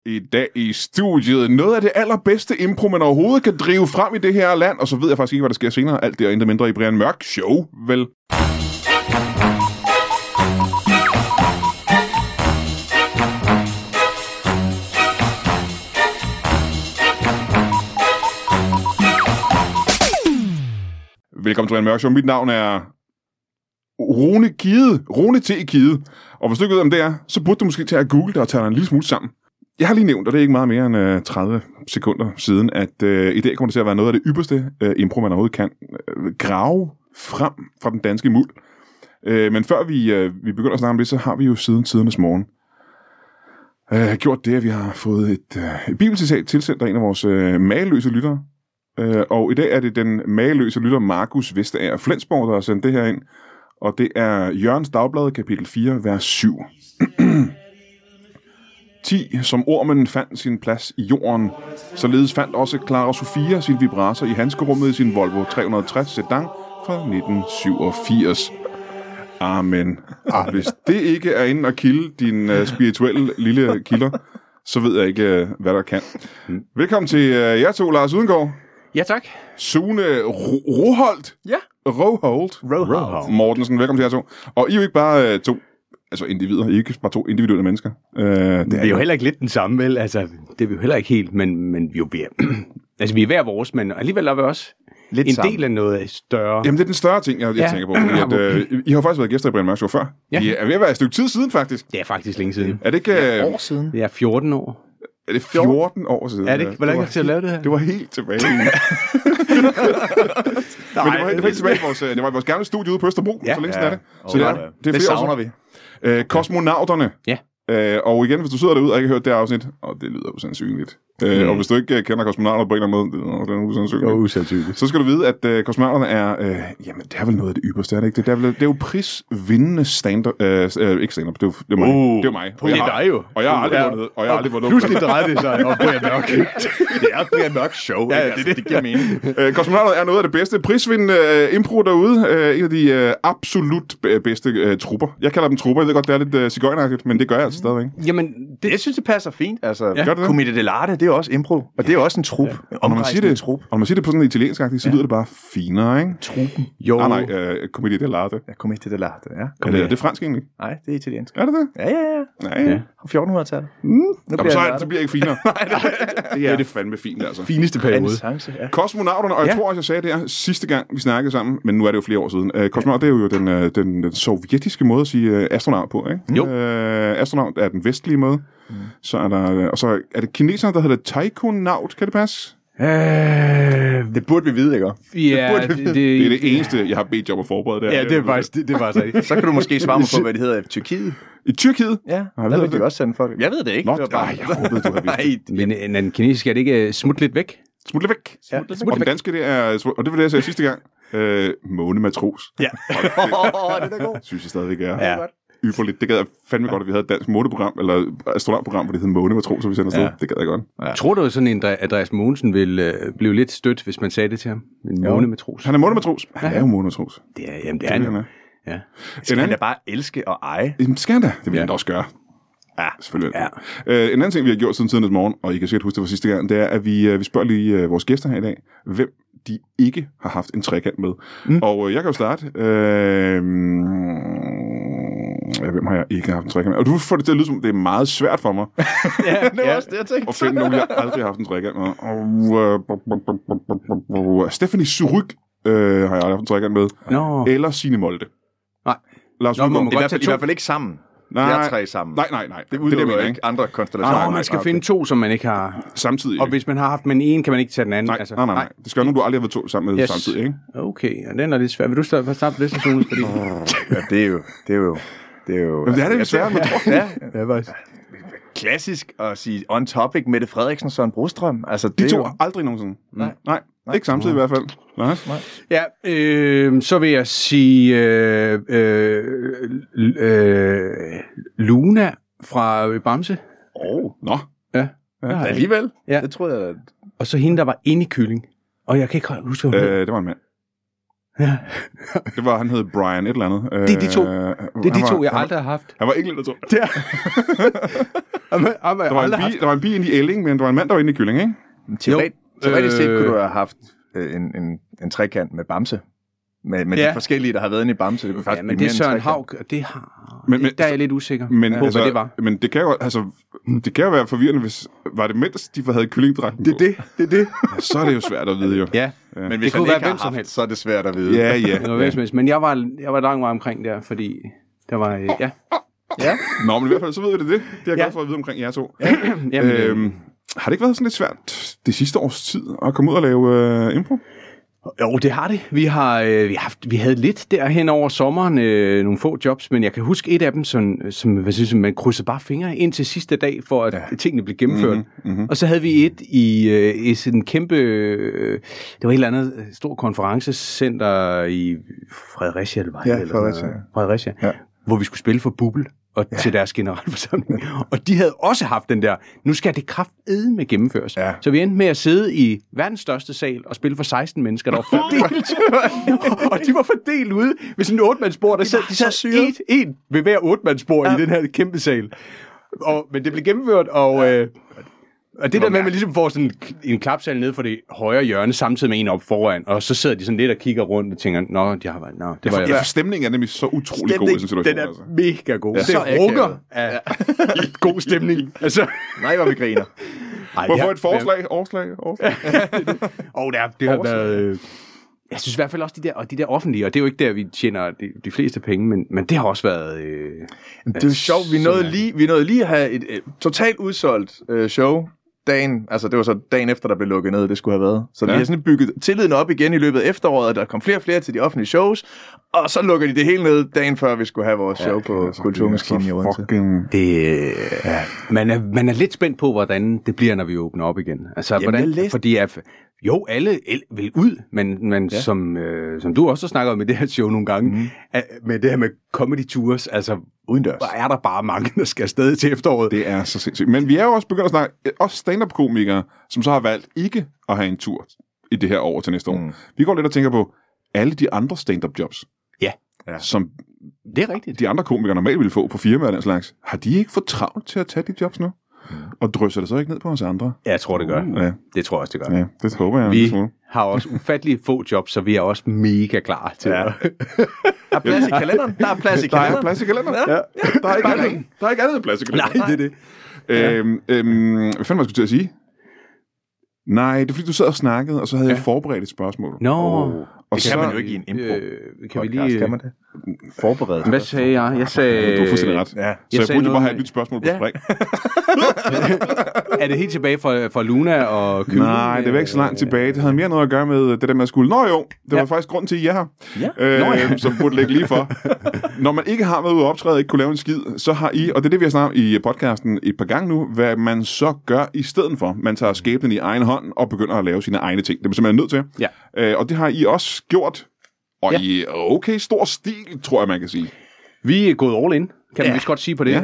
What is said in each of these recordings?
I dag i studiet. Noget af det allerbedste impro, man overhovedet kan drive frem i det her land. Og så ved jeg faktisk ikke, hvad der sker senere. Alt det og intet mindre i Brian Mørk Show, vel? Velkommen til Brian Mørk Show. Mit navn er Rune Kide. Rune T. Kide. Og hvis du ikke ved, om det er, så burde du måske tage at google det og tage dig en lille smule sammen. Jeg har lige nævnt, og det er ikke meget mere end 30 sekunder siden, at i dag kommer det til at være noget af det ypperste impro, man overhovedet kan grave frem fra den danske muld. Men før vi begynder at snakke om det, så har vi jo siden tidernes morgen gjort det, at vi har fået et bibelcitat tilsendt af en af vores mageløse lyttere. Og i dag er det den mageløse lytter Markus Vestager Flensborg, der har sendt det her ind. Og det er Jørgens Dagblad, kapitel 4, vers 7. 10. Som ormen fandt sin plads i jorden, således fandt også Clara Sofia sin vibrator i handskerummet i sin Volvo 360 sedan fra 1987. Amen. Hvis det ikke er inde at kilde din spirituelle lille kilder, så ved jeg ikke, hvad der kan. Velkommen til jer to, Lars Udengård. Ja, tak. Sune Roholt. Ja. Roholt. Mortensen, velkommen til jer to. Og I er jo ikke bare to individer, I er ikke bare to individuelle mennesker. Det er jo heller ikke lidt den samme, vel? Altså, det er vi jo heller ikke helt, men vi er jo altså, vi er hver vores, men alligevel er vi også lidt en del af noget større. Jamen, det er den større ting, jeg tænker på. Fordi I har faktisk været gæster i Brian Mørk Show før. Ja. I er ved at være et stykke tid siden, faktisk. Det er faktisk længe siden. Er det ikke år siden? Det er 14 år. Er det 14 år siden? Er det ikke? Hvordan kan jeg til at lave det her? Det var helt tilbage. Men det var helt tilbage det var vores gamle studie ude på Østerbro. Så længe siden er det. Så det savner vi. Kosmonauterne. Ja. Og igen, hvis du sidder derude og ikke har hørt det afsnit, og det lyder usandsynligt. Og hvis du ikke kender kosmonauter på en eller anden måde, det er usandsynligt. Så skal du vide, at kosmonauterne er, jamen det er vel noget af det ypperste, er det ikke? Det er jo prisvindende stand-up, ikke stand-up, det er mig. Det er mig. Det er dig jo. Og jeg har aldrig vundet. Pludselig drejer det sig om Brian Mørk. Det er Brian Mørk Show. Ja, det giver mening. Kosmonauterne er noget af det bedste prisvindende impro derude. En af de absolut bedste trupper. Jeg kalder dem trupper. Jeg ved godt, det er lidt sigøjneragtigt, men det gør jeg altså stadigvæk. Jamen, jeg synes, det passer fint. Altså, gør det? Commedia dell'arte, det er også impro. Og det er også en trup. Ja. Og når man siger det på sådan en italiensk-agtigt, så lyder det bare finere, ikke? Truppen. Jo. Nej, Commedia dell'arte. Ja, Commedia dell'arte, ja. Er det fransk egentlig? Nej, det er italiensk. Er det det? Ja. Nej. 1400-tallet. Så bliver jeg ikke finere. Det er det fandme fint, altså. Fineste periode. Ja. Kosmonauterne, og jeg tror også, jeg sagde det her sidste gang, vi snakkede sammen, men nu er det jo flere år siden. Kosmonaut, det er jo den sovjetiske måde at sige astronaut på, ikke? Jo. Astronaut er den vestlige måde. Så er der, og så er det kineserne, der hedder taikonaut. Kan det passe? Det burde vi vide, ikke? Ja, det er det eneste, jeg har bedt jer om at forberede der. Ja, det er faktisk rigtigt. Så kan du måske svare mig på, hvad det hedder i Tyrkiet. I Tyrkiet? Ja, der vil de også sende folk. Jeg ved det ikke. Nå, jeg håbede, du havde vist det. Men den kinesiske, er det ikke smut lidt væk? Smut lidt væk. Ja, og den danske, det er, og det var det, jeg sagde sidste gang, månematros. Ja. Det er god. Synes jeg stadigvæk er. Ja. Ypperligt. Det gad jeg fandme godt, at vi havde et dansk måneprogram, eller astronautprogram, hvor det hed Månematros, så vi sender afsted. Det gad jeg godt. Ja. Tror du, sådan en Andreas Mogensen ville blive lidt stødt, hvis man sagde det til ham? En månematros. Han er månematros. Han er jo månematros. Det er han. Ja. Skal han da bare elske og eje? Jamen, skal han da. Det vil han da også gøre. Ja, selvfølgelig. Ja. En anden ting, vi har gjort siden tidernes morgen, og I kan sikkert huske det fra sidste gang, det er, at vi spørger lige vores gæster her i dag, hvem de ikke har haft en trekant med. Og jeg kan jo starte. Hvem har jeg ikke haft en trekant med? Og du får det til at lyde som, det er meget svært for mig. Ja, det var også det, jeg tænkte. At finde nogen, jeg aldrig har haft en trekant med. Og Stephanie Suryk har jeg aldrig haft en trekant med. Eller Signe Molde. Nej. Lars i hvert fald ikke sammen. Nej. Jeg er tre sammen. Nej. Det udelukker ikke andre konstellationer. Man skal finde to, som man ikke har samtidig. Og hvis man har haft med en, kan man ikke tage den anden. Nej, altså. Nej. Det skal være nogen, du aldrig har været to sammen med samtidig, ikke? Okay, og den er lidt svært. Vil du starte på det, Sune? Fordi... Ja, det er jo... Jamen, det er det svært, man tror. Ja, faktisk. Klassisk at sige on topic Mette Frederiksen og Søren Brostrøm. Altså, de to aldrig nogensinde. Nej. Ikke samtidig i hvert fald. Nej. Ja, så vil jeg sige Luna fra Bamse. Nå. Ja. Alligevel? Ja. Det tror jeg. Og så hende, der var inde i kylling. Og jeg kan ikke huske, hvad det var en mand. Det var, han hed Brian et eller andet. Det er de to. Det er de to, jeg aldrig har haft. Han var englænder, tror jeg. Der var en bi inde i Elling, men der var en mand, der var inde i Kylling, ikke? Teoretisk set kunne du have haft en trekant med Bamse. Med de forskellige, der har været inde i Bamse. Det kunne faktisk men det er Søren Haug, det har... der er jeg lidt usikker på, hvad det var. Men det kan jo være forvirrende, hvis... Var det mens de havde kyllingdragten på? Det er det. Så er det jo svært at vide, jo. Ja. Men hvis han ikke har haft, så er det svært at vide. Ja. Men jeg var langt meget omkring der, fordi der var... Ja. Nå, men i hvert fald, så ved vi det. Det er jeg glad for at vide omkring jer to. Ja. Har det ikke været sådan lidt svært det sidste års tid at komme ud og lave impro? Jo, det har det. Vi havde lidt derhen over sommeren nogle få jobs, men jeg kan huske et af dem, som man krydsede bare fingre ind til sidste dag, for at tingene blev gennemført. Mm-hmm. Og så havde vi et i sådan en kæmpe... det var et eller andet stort konferencecenter i Fredericia, eller Fredericia, hvor vi skulle spille for Bubble og til deres generalforsamling. Og de havde også haft den der, nu skal det kraftedme gennemføres. Ja. Så vi endte med at sidde i verdens største sal og spille for 16 mennesker, der var fordelt. Og de var fordelt ude ved sådan en 8-mandsbord. De sad en ved hver 8-mandsbord i den her kæmpe sal. Men det blev gennemført, og det der med, at man ligesom får sådan en klapsal ned for det højre hjørne, samtidig med en op foran, og så sidder de sådan lidt og kigger rundt og tænker, det var for stemningen er nemlig så utrolig god i sådan en situation. Den er mega god. Ja. Det rukker af god stemning. Altså. Nej, hvor vi griner. Hvorfor et forslag? Årslag? Det har været... Jeg synes i hvert fald også, de der offentlige, og det er jo ikke der, vi tjener de fleste penge, men det har også været... det er jo sjovt, vi nåede lige at have et totalt udsolgt show dagen, altså det var så dagen efter, der blev lukket ned, det skulle have været. Så vi har sådan bygget tilliden op igen i løbet af efteråret, og der kom flere og flere til de offentlige shows, og så lukker de det hele ned dagen før, vi skulle have vores show på Kulturmaskinen i Odense. Man er lidt spændt på, hvordan det bliver, når vi åbner op igen. Altså, fordi jo, alle vil ud, men som du også snakker om med det her show nogle gange, med det her med comedy tours, altså udendørs, er der bare mange, der skal afsted til efteråret. Det er så sindssygt. Men vi er jo også begyndt at snakke, også stand-up-komikere, som så har valgt ikke at have en tur i det her år til næste år. Vi går lidt og tænker på alle de andre stand-up jobs, som det er rigtigt. De andre komikere normalt ville få på firmaer og den slags. Har de ikke for travlt til at tage de jobs nu? Og drysser det så ikke ned på os andre? Ja, jeg tror, det gør. Ja. Det tror jeg også, det gør. Ja, det håber jeg. Vi har også ufattelig få jobs, så vi er også mega klar til Der er plads i kalenderen. Der er plads i kalenderen. Der er plads i kalenderen. Ja. Der er ikke andet plads i kalenderen. Nej, det er det. Hvad fanden var jeg skulle til at sige? Nej, det er fordi, du sad og snakkede, og så havde jeg forberedt et spørgsmål. Og det kan man jo ikke i en impro-podcast, kan man det? Forberedt. Hvad sagde jeg? Jeg sagde... Du har fuldstændig ret. Ja. Så jeg burde bare have et nyt spørgsmål på spring. Er det helt tilbage fra Luna og Kylling? Nej, det var ikke så langt tilbage. Det havde mere noget at gøre med det der med at skulle... Det var faktisk grund til, at I er her. Som burde lægge lige for. Når man ikke har været ude og optræde og ikke kunne lave en skid, så har I, og det er det, vi har snakket i podcasten et par gange nu, hvad man så gør i stedet for. Man tager skæbnen i egen hånd og begynder at lave sine egne ting. Det er man simpelthen nødt til. Ja. Og det har I også gjort. Og i okay stor stil, tror jeg, man kan sige. Vi er gået all in, kan man vist godt sige på det.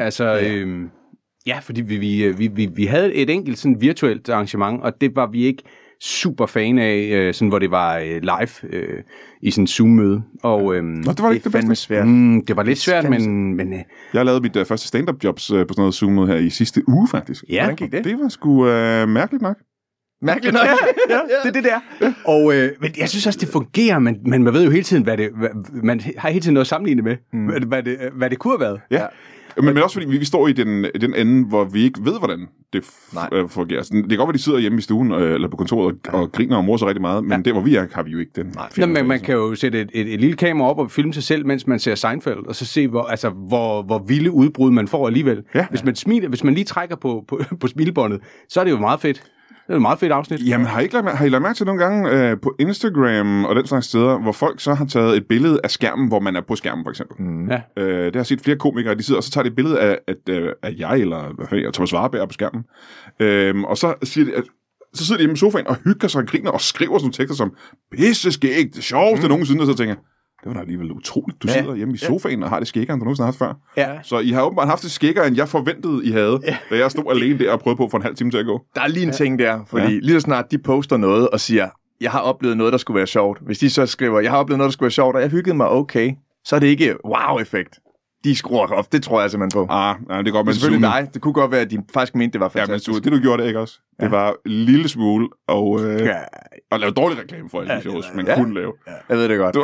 Fordi vi havde et enkelt sådan virtuelt arrangement, og det var vi ikke super fan af, sådan, hvor det var live i sådan en Zoom-møde. Og, det var ikke det bedste. Svært. Det var lidt svært, men jeg lavede mit første stand-up jobs på sådan noget Zoom-møde her i sidste uge, faktisk. Ja, hvordan gik det? Det var sgu mærkeligt nok. Mærkeligt nok. Det er det der. Og men jeg synes også, det fungerer, men man ved jo hele tiden, man har hele tiden noget at sammenligne med, hvad det kunne have været. Ja. Men også fordi vi står i den ende, hvor vi ikke ved, hvordan det fungerer. Det kan godt være, de sidder hjemme i stuen eller på kontoret og griner og morser rigtig meget, men der, hvor vi er, har vi jo ikke den. Man kan jo sætte et lille kamera op og filme sig selv, mens man ser Seinfeld, og så se, hvor vilde udbrud man får alligevel. Ja. Hvis man smiler, hvis man lige trækker på smilebåndet, så er det jo meget fedt. Det er et meget fedt afsnit. Jamen, har I lagt mærke til nogle gange på Instagram og den slags steder, hvor folk så har taget et billede af skærmen, hvor man er på skærmen, for eksempel. Det har jeg set flere komikere, de sidder og så tager de et billede af jeg, eller Thomas Warberg på skærmen. Og så siger de, så sidder de hjemme i sofaen og hygger sig og griner og skriver sådan nogle tekster som pisseskægt, det sjoveste nogensinde, og så tænker det var da alligevel utroligt. Du sidder hjemme i sofaen og har det skækkere, end du nogensinde har haft før. Ja. Så I har åbenbart haft det skækkere, end jeg forventede, I havde, da jeg stod alene der og prøvede på for en halv time til at gå. Der er lige en ting der, fordi lige så snart de poster noget og siger, jeg har oplevet noget, der skulle være sjovt. Hvis de så skriver, jeg har oplevet noget, der skulle være sjovt, og jeg hyggede mig okay, så er det ikke wow-effekt. De skruer op. Det tror jeg simpelthen på. Nej, det er godt, men selvfølgelig nej. Det kunne godt være, at de faktisk mente, det var fantastisk. Ja, men det du gjorde det, ikke også? Det var en lille smule at lave dårlig reklame for alle de shows, man kunne lave. Ja. Jeg ved det godt.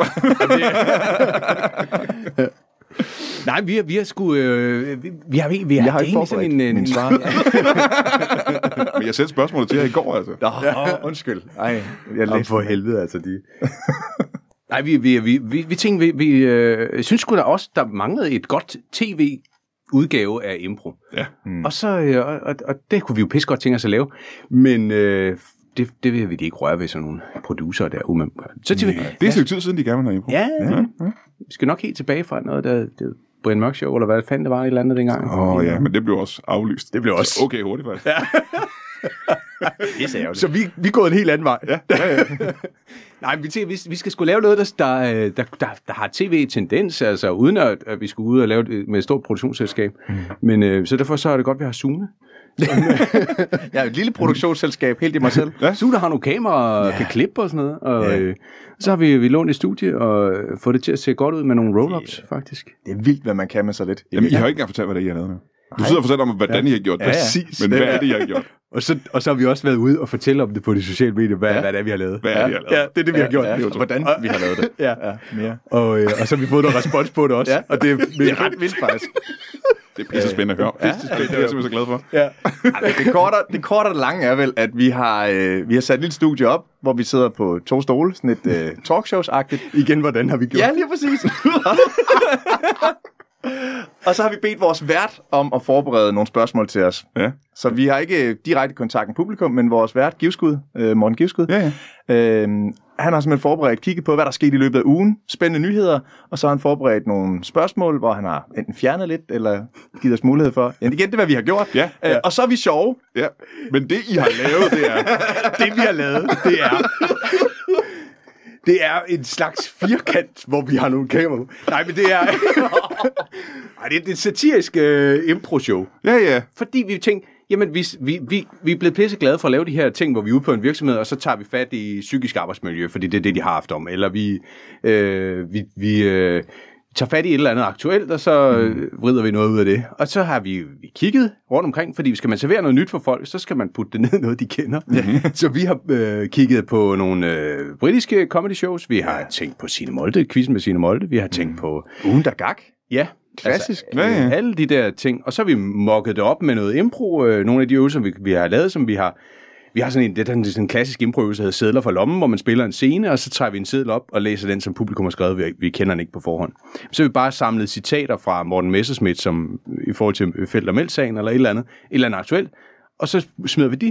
Nej, vi har sgu... vi har ikke sådan en svar. Men jeg sendte spørgsmålet til jer i går, altså. Undskyld. Ej, jeg læste for helvede, altså de... Nej, vi tænkte, vi synes sgu da også, der manglede et godt tv-udgave af impro. Ja. Og så og det kunne vi jo pisse godt tænke os at lave, men det vil vi ikke røre ved sådan nogle producer der. Så det er et tid siden, de gerne vil have impro. Ja. Vi skal nok helt tilbage fra noget, der Brian Mørk Show, eller hvad fanden det var et eller andet dengang. Ja, men det blev også aflyst. Det blev også okay hurtigt, faktisk. Ja. Så vi er gået en helt anden vej. Ja. Nej, vi skal sgu lave noget, der har tv-tendens, altså uden at vi skulle ud og lave det med et stort produktionsselskab. Men så derfor så er det godt, at vi har Sune. Ja, et lille produktionsselskab, helt i mig selv. Ja. Sune har nogle kameraer og kan klippe og sådan noget. Og så har vi lånt et studie og fået det til at se godt ud med nogle roll-ups, faktisk. Det er vildt, hvad man kan med så lidt. Jamen, I har ikke engang fortalt, hvad det er, I har lavet nu. Du sidder og fortæller om, hvordan I har gjort det. Præcis. Men hvad er det, I har gjort? Og så har vi også været ude og fortælle om det på de sociale medier, hvad det er, vi har lavet. Hvad er det, I har lavet? Ja, det er det, vi har gjort. Ja. Hvordan vi har lavet det. Mere. Og så har vi fået noget respons på det også. Ja. Og det er ret vildt, faktisk. Det er pisse spændende at høre. Det er jeg simpelthen så glad for. Ja. Det korte og lange er vel, at vi har sat et lille studie op, hvor vi sidder på 2 stole, sådan et talkshows-agtigt. Igen, hvordan har vi gjort? Ja, lige præcis. Og så har vi bedt vores vært om at forberede nogle spørgsmål til os. Ja. Så vi har ikke direkte kontakt med publikum, men vores vært, Givskud, Morten Givskud, han har simpelthen forberedt kigget på, hvad der skete i løbet af ugen, spændende nyheder, og så har han forberedt nogle spørgsmål, hvor han har enten fjernet lidt, eller givet os mulighed for. Ja, igen, det er, hvad vi har gjort. Ja. Og så er vi sjove. Ja. Men det, I har lavet, det er... det, vi har lavet, det er en slags firkant, hvor vi har nogle kameraer. Nej, men det er... det er et satirisk impro-show. Ja. Fordi vi tænkte, jamen vi er blevet pisse glade for at lave de her ting, hvor vi er ude på en virksomhed, og så tager vi fat i psykisk arbejdsmiljø, fordi det er det, de har haft om. Eller vi tager fat i et eller andet aktuelt, og så vrider vi noget ud af det. Og så har vi kigget rundt omkring, fordi skal man servere noget nyt for folk, så skal man putte det ned i noget, de kender. Så vi har kigget på nogle britiske comedy shows. Vi har tænkt på Signe Molde, quizzen med Signe Molde. Vi har tænkt på... Ugen der gak. Ja. Klassisk. Altså, alle de der ting. Og så har vi mokket det op med noget impro. Nogle af de øvelser, vi har lavet, som vi har... Vi har sådan en klassisk improøvelse, der hedder sedler for lommen, hvor man spiller en scene, og så tager vi en seddel op og læser den, som publikum har skrevet. Vi kender den ikke på forhånd. Så har vi bare samlet citater fra Morten Messerschmidt, som i forhold til Feldt og Meldt-sagen, eller et eller andet aktuelt. Og så smider vi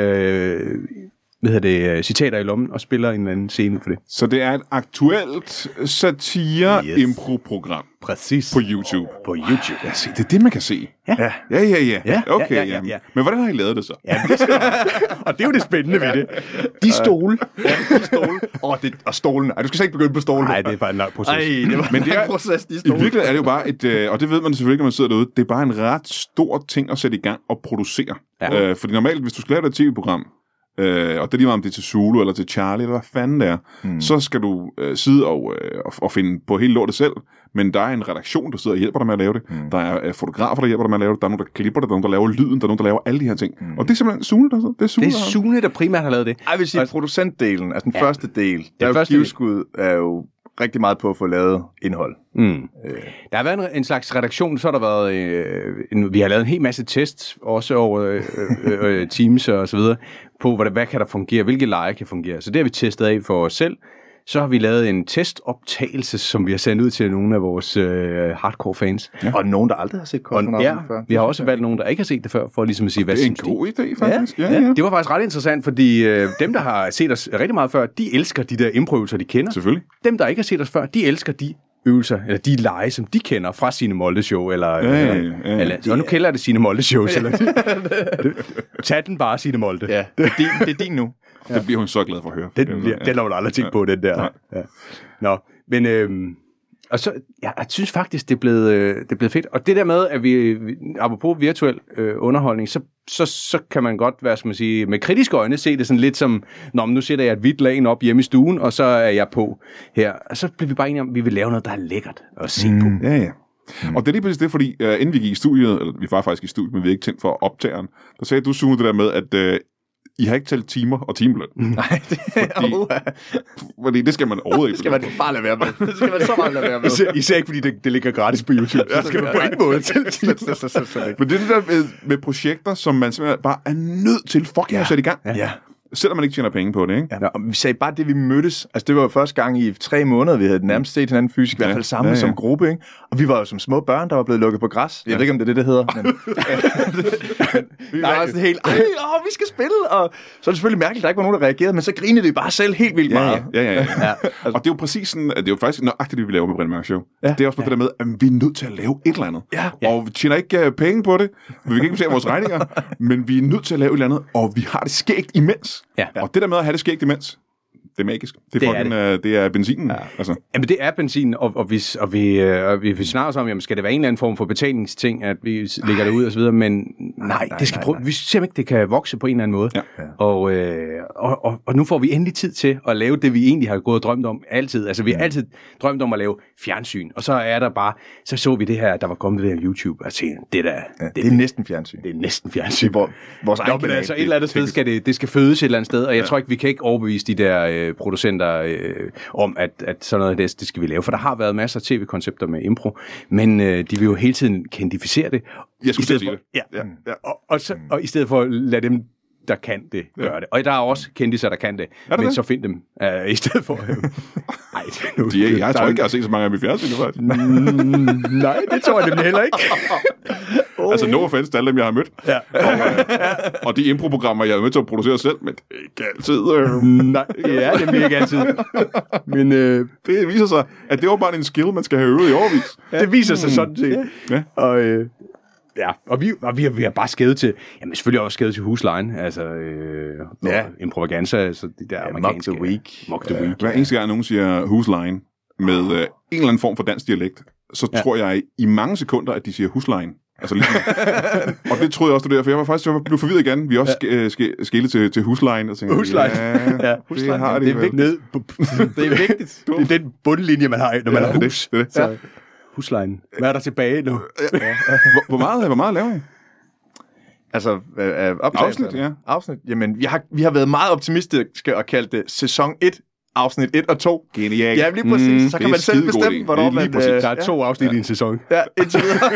de citater i lommen og spiller en eller anden scene for det. Så det er et aktuelt satire-impro-program. Præcis. På YouTube. Ja, se, det er det, man kan se. Ja. Okay, ja. Men hvordan har I lavet det så? Ja, det skal og det er jo det spændende ved det. De stole. Og stolen. Ej, du skal så ikke begynde på stolen. Nej, det er bare en lang proces. Men det er en proces, de stolen. I virkeligheden er det jo bare et, og det ved man selvfølgelig, når man sidder derude, det er bare en ret stor ting at sætte i gang og producere. Ja. Fordi normalt, hvis du skal lave et tv-program, og det er lige meget om det er til Zulu eller til Charlie, eller hvad fanden det er, så skal du sidde og finde på hele lortet selv, men der er en redaktion, der sidder og hjælper dig med at lave det. Der er fotografer, der hjælper dig med at lave det. Der er nogen, der klipper det, der er nogen, der laver lyden, der er nogen, der laver alle de her ting. Og det er simpelthen Sune, der sidder. Det er Sune, der primært har lavet det. Jeg vil sige, producentdelen, altså den første del, der er jo Givskud, er jo rigtig meget på at få lavet indhold. Der har været en slags redaktion, så har der været vi har lavet en hel masse tests, også over Teams og så videre, på hvad kan der fungere, hvilke lege kan fungere. Så det har vi testet af for os selv. Så har vi lavet en testoptagelse, som vi har sendt ud til nogle af vores hardcore fans. Ja. Og nogen, der aldrig har set Kosmonauten før. Vi har også valgt nogen, der ikke har set det før, for ligesom at sige, hvad det er en god idé, faktisk. Ja. Det var faktisk ret interessant, fordi dem, der har set os rigtig meget før, de elsker de der improøvelser, de kender. Selvfølgelig. Dem, der ikke har set os før, de elsker de øvelser, eller de lege, som de kender fra Signe Molde Show, eller nu kalder det Signe Molde Show, tag den bare, Signe Molde. Ja, det er din nu. Det bliver hun så glad for at høre. Den har hun aldrig tænkt på, den der. Ja. Nå, men Og så, jeg synes faktisk, det er blevet fedt. Og det der med, at vi apropos virtuel underholdning, så kan man godt være, som man siger, med kritiske øjne se det sådan lidt som, nu sætter jeg et hvidt lag op hjemme i stuen, og så er jeg på her. Og så bliver vi bare enige om, at vi vil lave noget, der er lækkert at se på. Ja. Og det er lige præcis det, fordi inden vi gik i studiet, eller vi var faktisk i studiet, men vi er ikke tændt for optageren, der sagde du, Sune, det der med, at I har ikke talt timer og timeløn. Nej, fordi det skal man overhovedet ikke. Det skal man bare lade være med. Det skal man så meget lade være med. Især ikke, fordi det ligger gratis på YouTube. Så skal man på ingen måde tælle timer. Men det er det der med projekter, som man simpelthen bare er nødt til fucking at sætte i gang. Ja. Selvom man ikke tjener penge på det, ikke? Ja, og vi sagde bare det, vi mødtes. Altså, det var jo første gang i 3 måneder, vi havde nærmest set hinanden fysisk, i hvert fald samlet som gruppe, ikke? Og vi var jo som små børn, der var blevet lukket på græs. Jeg ved ikke, om det er det hedder. Men, vi var sådan helt, vi skal spille. Og så er det selvfølgelig mærkeligt, at der ikke var nogen, der reagerede, men så grinede vi bare selv helt vildt meget. Ja. Og det er jo præcis sådan, at det er jo faktisk nøjagtigt, det vi laver med Brian Mørk Show. Ja. Det er også på det der med, at vi er nødt til at lave et eller andet. Ja. Og vi tjener ikke penge på det, vi kan ikke betale vores regninger, men vi er nødt til at lave et eller andet, og vi har det skægt imens. Ja. Og det der med at have det skægt imens, det er magisk. Det er benzinen. Ja. Altså. Jamen, det er benzinen, og vi snakker så om, jamen, skal det være en eller anden form for betalingsting, at vi lægger det ud og så videre, men nej, det skal prøve. Vi ser ikke, det kan vokse på en eller anden måde. Ja. Og nu får vi endelig tid til at lave det, vi egentlig har gået og drømt om altid. Altså, vi har altid drømt om at lave fjernsyn, og så er der bare, så vi det her, der var kommet det her YouTube, og tænkte, det er næsten fjernsyn. Det er næsten fjernsyn. Vores egen kanal. Men altså, et eller andet sted skal det skal fødes et eller andet sted, og jeg tror ikke, vi kan ikke overbevise de der producenter om, at sådan noget det skal vi lave. For der har været masser af tv-koncepter med impro, men de vil jo hele tiden kendificere det. Jeg skulle sige det. Ja. Og i stedet for at lade dem, der kan det, gøre det. Og der er også kendisser, der kan det. Men så find dem i stedet for... Jeg tror ikke, jeg har set så mange af dem i fjernsyn. Nej, det tror jeg nemlig heller ikke. Altså, no offense til alle dem, jeg har mødt. Ja. Og de improprogrammer, jeg har mødt til at producere selv, men det er ikke altid. Nej, det er nemlig ikke altid. Men det viser sig, at det var bare en skill, man skal have øvet i årevis. Det viser sig sådan set. Ja. Og vi har bare skædet til, jamen selvfølgelig også skædet til huslejen, altså improvaganza, altså de der amerikanske... Mock the week. Hver eneste gang, nogen siger huslejen med en eller anden form for dansk dialekt, så tror jeg i mange sekunder, at de siger huslejen. Altså ligesom. Og det troede jeg også, det der, for jeg blev forvirret igen. Vi har også skælet til huslejen. Og tænkte, huslejen. Huslejen. Det er vigtigt. Det er vigtigt. Det er den bundlinje, man har, når man har hus. Det. Så, huslejen. Hvad er der tilbage nu? Hvor meget laver I? Altså, afsnit. Jamen, vi har været meget optimistiske og kaldt det sæson 1, afsnit 1 og 2. Genialt. Ja, lige præcis. Så kan man selv bestemme, hvornår man... Der er 2 afsnit i en sæson. Ja, indtil videre.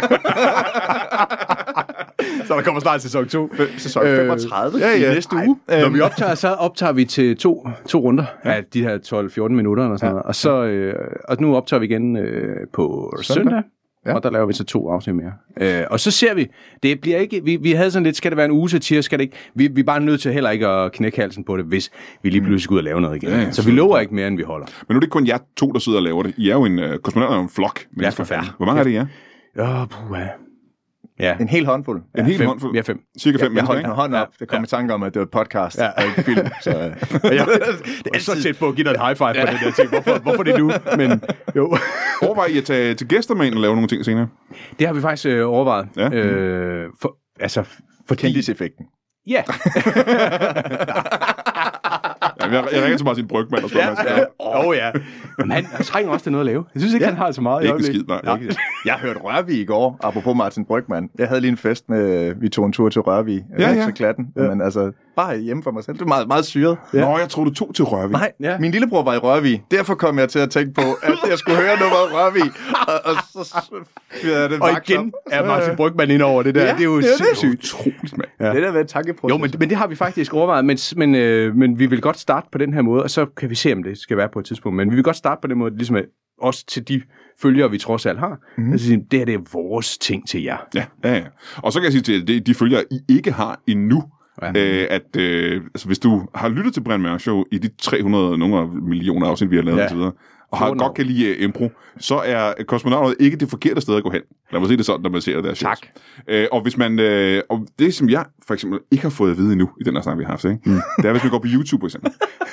Så der kommer snart sæson 2. Sæson 35 i næste uge. Når vi optager, så optager vi til to runder af de her 12-14 minutter og sådan noget. Og så og nu optager vi igen på søndag. Ja. Og der laver vi så 2 afsnit mere. Og så ser vi, det bliver ikke, vi havde sådan lidt, skal det være en uge satire, skal det ikke, vi er bare nødt til heller ikke at knække halsen på det, hvis vi lige pludselig skal ud og lave noget igen. Ja, så vi lover ikke mere, end vi holder. Men nu er det kun jer 2, der sidder og laver det. I er jo kosmonauter er en flok. Ja, for færdig. Hvor mange er det, Ja. En hel håndfuld. En hel håndfuld? Vi er 5. Cirka 5 mennesker, ikke? Jeg holdt en hånd op. Det kom i tanke om, at det var et podcast og ikke film. Så, det er så tæt på at give dig et high five på den der ting. Hvorfor det nu? Men jo. Overvej I at tage til Gæstermænd og lave nogle ting senere? Det har vi faktisk overvejet. Ja. Fordi... Kendis-effekten. Ja. Jeg ringer til Martin Brygmann og spørger, ja. Men han trænger også til noget at lave. Jeg synes ikke, han har så meget. Ikke en skid, nej. Jeg hørte Rørvig i går, apropos Martin Brygmann. Jeg havde lige en fest med, vi tog en tur til Rørvig. Ikke så klatten, men altså bare hjemme for mig selv. Det var meget, meget syret. Ja. Nå, jeg troede, du tog til Rørvig. Nej, min lillebror var i Rørvig. Derfor kom jeg til at tænke på, at jeg skulle høre nummeret Rørvig. Og så det og igen er Martin Brygmann ind over det der. Det er jo sindssygt. Utroligt, mand. Ja. Det der ved et tankeproces. Jo, men det har vi faktisk overvejet. Men vi vil godt starte på den her måde, og så kan vi se, om det skal være på et tidspunkt. Men vi vil godt starte på den måde, ligesom også til de følgere, vi trods alt har. Altså, det her det er vores ting til jer. Ja. Og så kan jeg sige til de følgere, I ikke har endnu, altså, hvis du har lyttet til Brian Mørk Show i de 300 millioner afsnit, vi har lavet og så videre, og godt kan lide impro, så er kosmonauter ikke det forkerte sted at gå hen. Lad mig sige det sådan, når man ser det der. Tak. Og hvis man, og det som jeg for eksempel ikke har fået at vide endnu, i den her snak, vi har haft, ikke? Det er, hvis man går på YouTube for eksempel.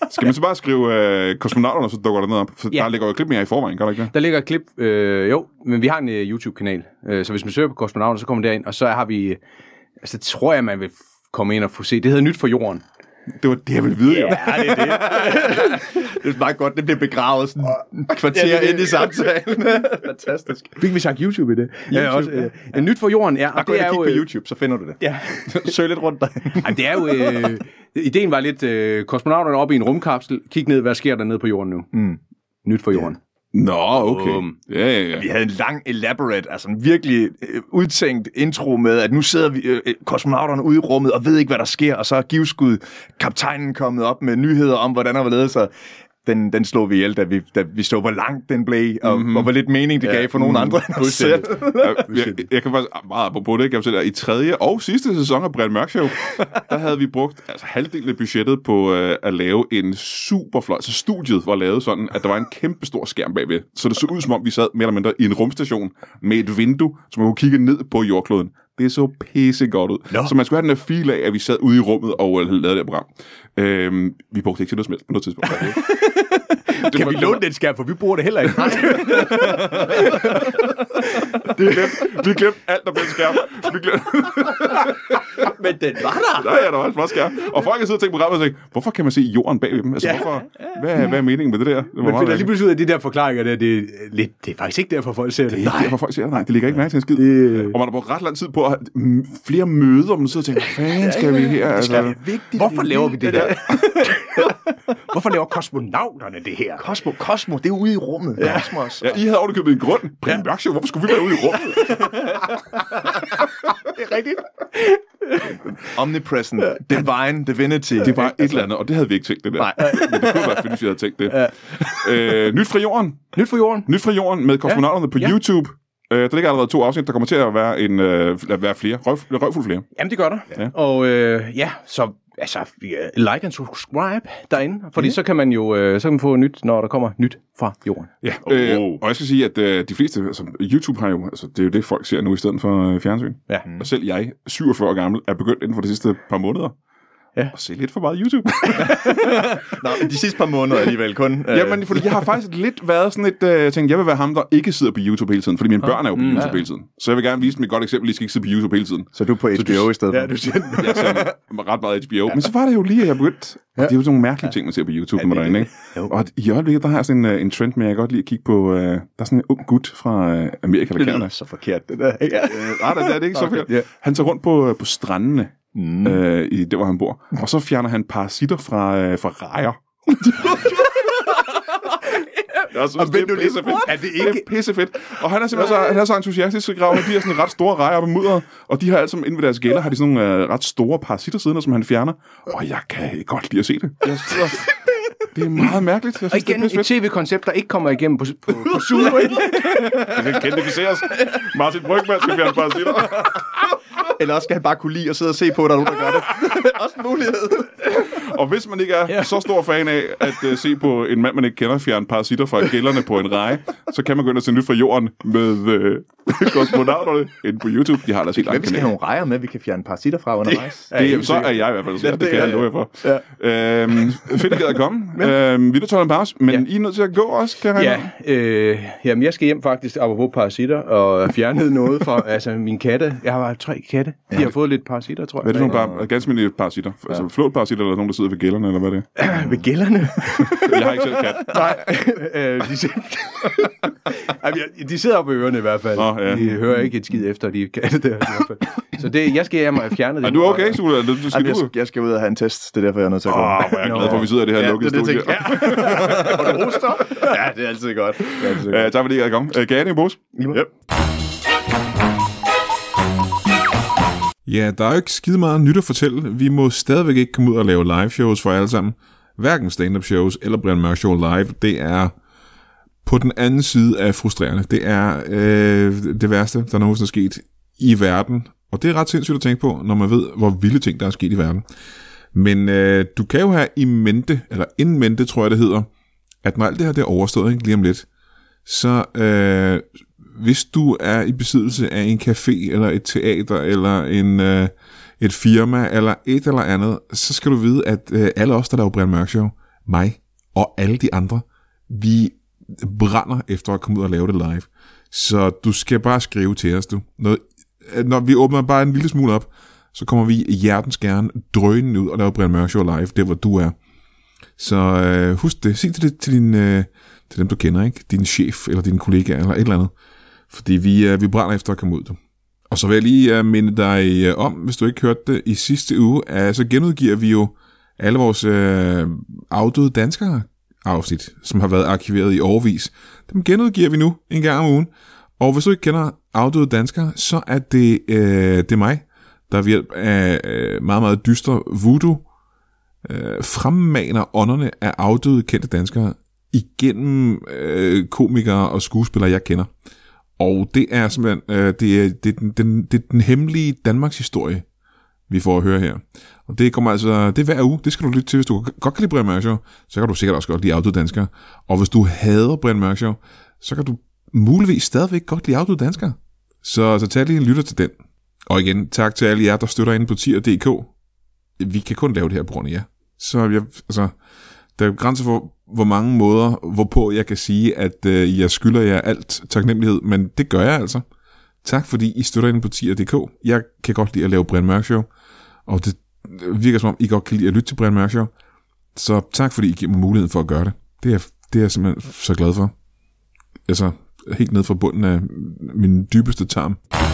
Skal man så bare skrive kosmonauterne, så dukker der noget op? For der ligger jo et klip mere i forvejen, gør der ikke det? Der ligger et klip, jo, men vi har en YouTube-kanal. Så hvis man søger på kosmonauter, så kommer derind, og så har vi, altså tror jeg, man vil komme ind og få se. Det hedder Nyt for Jorden. Det var det, jeg ville vide, jo. Ja, det er det. Det er meget godt, det bliver begravet sådan en kvarter ind i samtalen. Fantastisk. Fik vi sagt YouTube i det? Ja, også. Nyt for Jorden, ja. Og det er jo på YouTube, så finder du det. Ja. Søg lidt rundt der. Jamen, det er jo... ideen var lidt, kosmonauterne op i en rumkapsel, kig ned, hvad sker der nede på jorden nu? Nyt for Jorden. Nå, okay. Ja. Vi havde en lang, elaborate, altså en virkelig udtænkt intro med, at nu sidder vi kosmonauterne ude i rummet og ved ikke, hvad der sker, og så er givskud kaptajnen kommet op med nyheder om, hvordan der var ledet, så den slog vi ihjel, da vi så, hvor langt den blev, og hvor lidt mening det gav for nogle andre end os selv. Jeg kan faktisk meget apropos det, kan jeg fortælle, i 3. og sidste sæson af Brian Mørk Show, der havde vi brugt halvdelen af budgettet på at lave en super flot, så studiet var lavet sådan, at der var en kæmpe stor skærm bagved, så det så ud som om, vi sad mere eller mindre i en rumstation med et vindue, så man kunne kigge ned på jordkloden. Det så pisse godt ud. No. Så man skulle have den der feel af, at vi sad ude i rummet og lavede det program. Vi brugte ikke til noget som helst på noget tidspunkt. Kan vi låne den skærm, for vi bruger det heller ikke. Vi glemte alt om den skærm. Men den var der. Ja, der var en flot skærm. Og folk har siddet og tænkt på programmet og tænkt, hvorfor kan man se jorden bagved dem? Altså, hvorfor? Hvad er meningen med det der? Man finder lige pludselig ud af de der forklaringer der, det er faktisk ikke derfor, folk ser det. Det er ikke derfor, folk ser det. Nej, det ligger ikke mærke til en skid. Og man har brugt ret lang tid på at have flere møder, og man sidder og tænker, hvad fanden skal vi her? Altså, hvorfor laver vi det der? Hvorfor laver kosmonauterne det her? Cosmo, det er ude i rummet. Ja. Kosmos. Ja, I havde overkøbet en grund. Brian Mørk Show, hvorfor skulle vi være ude i rummet? Det er rigtigt. Omnipresent, divine, divinity. Det var et eller andet, og det havde vi ikke tænkt, det der. Nej. Men det kunne være fedt, hvis vi havde tænkt det. Nyt fra jorden. Nyt for Jorden. Nyt fra jorden med kosmonauterne på YouTube. Der ligger allerede 2 afsnit, der kommer til at være flere. Røvfuld flere. Jamen, det gør der. Ja. Og så like and subscribe derinde, fordi så kan man jo så kan man få nyt, når der kommer nyt fra jorden. Ja, og jeg skal sige, at de fleste, altså YouTube har jo, altså det er jo det, folk ser nu i stedet for fjernsyn. Ja. Og selv jeg, 47 år gammel, er begyndt inden for de sidste par måneder at se lidt for meget YouTube. Nå, de sidste par måneder alligevel kun. Jamen, fordi jeg har faktisk lidt været sådan et, tænkt, jeg vil være ham, der ikke sidder på YouTube hele tiden, fordi mine børn er jo på YouTube hele tiden. Så jeg vil gerne vise dem et godt eksempel, de skal ikke sidde på YouTube hele tiden. Så du er på HBO i stedet for? Ja, du siger jeg ser ret meget HBO. Men så var det jo lige, at jeg begyndte. Det er jo sådan nogle mærkelige ting, man ser på YouTube, når man er derinde, ikke? Og i øjeblikket, der har jeg sådan en trend med, jeg kan godt lide at kigge på, der er sådan en ung gut fra Amerika, der kender. Det er så forkert, det der. Nej, det er det ikke så forkert. Han tager rundt på strandene, i der, hvor han bor. Og så fjerner han parasitter fra rejer. Jeg synes, det er pissefedt. Er det ikke? Det er pissefedt. Og han er simpelthen så entusiastisk, så graver de her sådan ret store rejer op i mudderet, og de har altså inde ved deres gælder, har de sådan nogle ret store parasitter siddende, som han fjerner. Og jeg kan godt lide at se det. Det er meget mærkeligt. Jeg synes, og igen et tv-koncept, der ikke kommer igennem på Zoom. Det kan identificeres. Martin Brygman skal fjerne parasitter. Eller også skal han bare kunne lide at sidde og se på, at der er nogen, der gør det. Også en mulighed. Og hvis man ikke er så stor fan af at se på en mand, man ikke kender, fjerne parasitter fra gælderne på en reje, så kan man gå ind og se Nyt fra jorden med kosmonauterne inde på YouTube. De har der set langt. Men vi skal have nogle rejer med, vi kan fjerne parasitter fra undervejs. Så er jeg i hvert fald. Det kan jeg love jer for. Fedt, at I gad at komme. Vi tager en pause, men I er nødt til at gå også, kan jeg jamen jeg skal hjem faktisk, apropos parasitter, og fjerne noget fra altså mine katte. Jeg har 3 katte. De har fået lidt parasitter, tror jeg. Hvad er det for nogle ganske almindelige parasitter? Altså flåtparasitter, eller nogen, der sidder ved gælderne, eller hvad er det? Ved gælderne? Jeg har ikke selv kat. Nej, de sidder oppe i ørerne i hvert fald. De hører ikke et skid efter, de katte der i hvert fald. Så det, jeg skal hjem og have fjernet det. Er du okay, Sula? Jeg skal ud og have en test. Det er derfor, jeg er nødt til at gå. Hvor er jeg glad for, at vi sidder i det her lukkede studie. Og du hoster? Ja, det er altid godt. Tak fordi I er kommet. Gane i Bos. Ja, der er jo ikke skide meget nyt at fortælle. Vi må stadigvæk ikke komme ud og lave live shows for alle sammen. Hverken stand-up shows eller Brian Mørk Show live. Det er på den anden side af frustrerende. Det er det værste, der nogensinde er sket i verden. Og det er ret sindssygt at tænke på, når man ved, hvor vilde ting, der er sket i verden. Men du kan jo have i mente, eller in mente, tror jeg det hedder, at når alt det her det er overstået, ikke, lige om lidt, så hvis du er i besiddelse af en café, eller et teater, eller et firma, eller et eller andet, så skal du vide, at alle os, der laver Brian Mørk Show, mig og alle de andre, vi brænder efter at komme ud og lave det live. Så du skal bare skrive til os, du. Når vi åbner bare en lille smule op, så kommer vi hjertens gerne drønende ud og lave Brian Mørk Show live, der hvor du er. Så husk det. Sig det til dem, du kender, ikke? Din chef eller dine kollegaer eller et eller andet. Fordi vi brænder efter at komme ud, du. Og så vil jeg lige minde dig om, hvis du ikke hørte det i sidste uge, så genudgiver vi jo alle vores afdøde danskere afsnit, som har været arkiveret i årevis. Dem genudgiver vi nu en gang om ugen. Og hvis du ikke kender afdøde danskere, så er det er mig, der ved hjælp af meget, meget dyster voodoo fremmaner ånderne af afdøde kendte danskere igennem komikere og skuespillere, jeg kender. Og det er simpelthen det er den hemmelige Danmarks historie, vi får at høre her. Og det kommer altså, det er hver uge, det skal du lytte til. Hvis du godt kan lide Brian Mørk Show, så kan du sikkert også godt lide afdøde danskere. Og hvis du hader Brian Mørk Show, så kan du muligvis stadigvæk godt lide afdøde danskere. Så tag lige en lytter til den. Og igen, tak til alle jer, der støtter inde på tier.dk. Vi kan kun lave det her på grund af jer. Så der er grænser for, hvor mange måder, hvorpå jeg kan sige, at jeg skylder jer alt taknemmelighed, men det gør jeg altså. Tak fordi I støtter inde på tier.dk. Jeg kan godt lide at lave Brian Mørk Show, og det virker som om, I godt kan lide at lytte til Brian Mørk Show. Så tak fordi I giver mig muligheden for at gøre det. Det er jeg simpelthen så glad for. Altså, helt ned fra bunden af min dybeste tarm.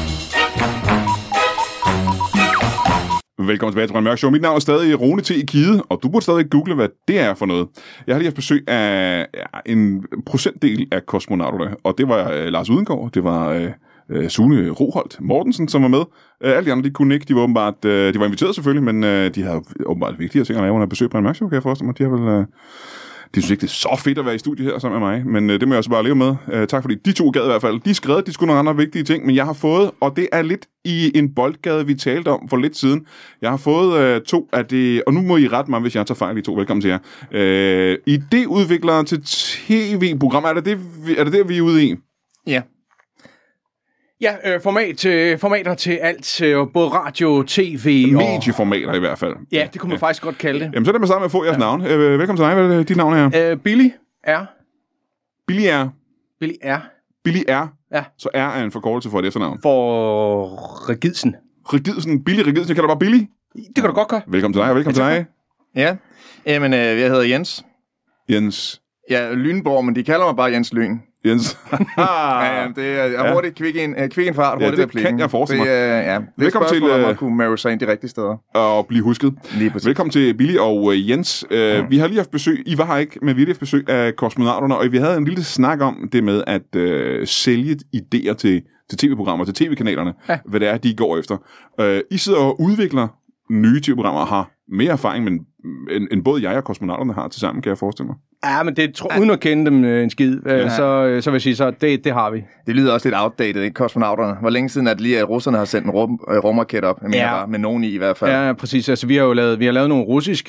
Velkommen tilbage til Brian Mørk Show. Mit navn er stadig Rune T. i Kide, og du burde stadig google, hvad det er for noget. Jeg har lige haft besøg af en procentdel af kosmonauterne, og det var Lars Udengård, det var Sune Roholt Mortensen, som var med. Alle de andre, de kunne ikke. De var åbenbart, de var inviteret selvfølgelig, men de havde åbenbart vigtigere ting at lave, under besøg på Brian Mørk Show, kan jeg forestille mig. De har vel... De synes ikke, det er så fedt at være i studiet her sammen med mig, men det må jeg også bare leve med. Tak fordi de to gad i hvert fald. De skrev, de skulle nogle andre vigtige ting, men jeg har fået, og det er lidt i en boldgade, vi talte om for lidt siden. Jeg har fået to af det, og nu må I rette mig, hvis jeg tager fejl, de to. Velkommen til jer. Idéudviklere til tv-programmer. Er det det, vi er ude i? Ja. Ja, formater til alt, både radio, tv og... Medieformater i hvert fald. Ja, det kunne man faktisk godt kalde det. Jamen, så er det med sammen med at få jeres navn. Velkommen til dig. Hvad er dit navn her? Billy R. Billy R. Billy R. Billy R. Ja. Så R er en forkortelse for et efternavn. For Rigidsen. Rigidsen. Billy Rigidsen. Jeg kalder bare Billy. Det kan du godt gøre. Velkommen til dig, og velkommen til dig. Ja. Jamen, jeg hedder Jens. Jens. Ja, Lynborg, men de kalder mig bare Jens Lyn. Jens. Ja, det er hurtigt, kvik en fart, hurtigt det kan jeg forestille mig. Det er velkommen til at kunne marry sig ind de rigtige steder. Og blive husket. Velkommen til Billy og Jens. Vi har lige haft besøg, I var her ikke, men vi har lige haft besøg af kosmonauterne, og vi havde en lille snak om det med at sælge idéer til tv-programmer, til tv-kanalerne, hvad det er, de går efter. I sidder og udvikler nye tv-programmer og har mere erfaring, end både jeg og kosmonauterne har til sammen, kan jeg forestille mig. Ja, men det uden at kende dem en skid, så vil jeg sige, så det har vi. Det lyder også lidt outdated, ikke? Kosmonauterne. Hvor længe siden er det lige, at russerne har sendt en rumraket op? Jeg mener bare, med nogen i hvert fald. Ja, præcis. Altså, vi har lavet nogle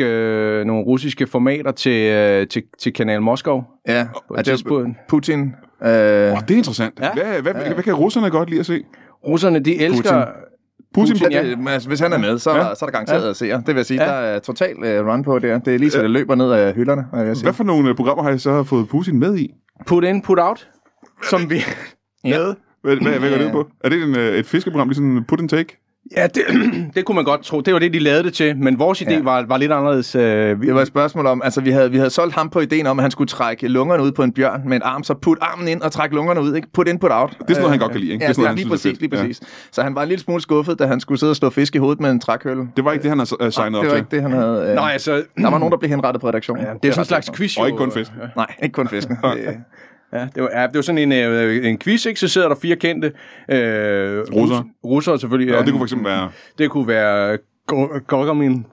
russiske formater til Kanal Moskov. Ja, Putin. Det er interessant. Ja. Hvad kan russerne godt lide at se? Russerne, de elsker... Putin, altså, hvis han er med, så er der garanteret at se. Det vil jeg sige, der er total run på det. Det er lige så det løber ned af hylderne. Hvad for nogle programmer har I så fået Putin med i? Put in, put out, som vi lavede. Hvad går det ud på? Er det et fiskeprogram, ligesom put and take? Ja, det kunne man godt tro. Det var det, de lavede det til, men vores idé var lidt anderledes. Det var et spørgsmål om, altså vi havde solgt ham på ideen om, at han skulle trække lungerne ud på en bjørn med en arm, så put armen ind og trække lungerne ud, ikke? Put in, put out. Det er sådan noget, han godt kan lide, ikke? Ja, det er lige præcis. Ja. Så han var en lille smule skuffet, da han skulle sidde og slå fisk i hovedet med en trækølle. Det var ikke det, han havde signet op til. Det var ikke det, han havde... Nej, altså... Der var nogen, der blev henrettet på redaktionen. Ja, det er sådan en slags quiz. Og ikke kun fisk. Nej, ikke kun fisk. Ja, det var sådan en quiz, ikke? Så sidder der 4 kendte russere selvfølgelig. Ja, og det kunne for eksempel være... Det kunne være Gorgamin.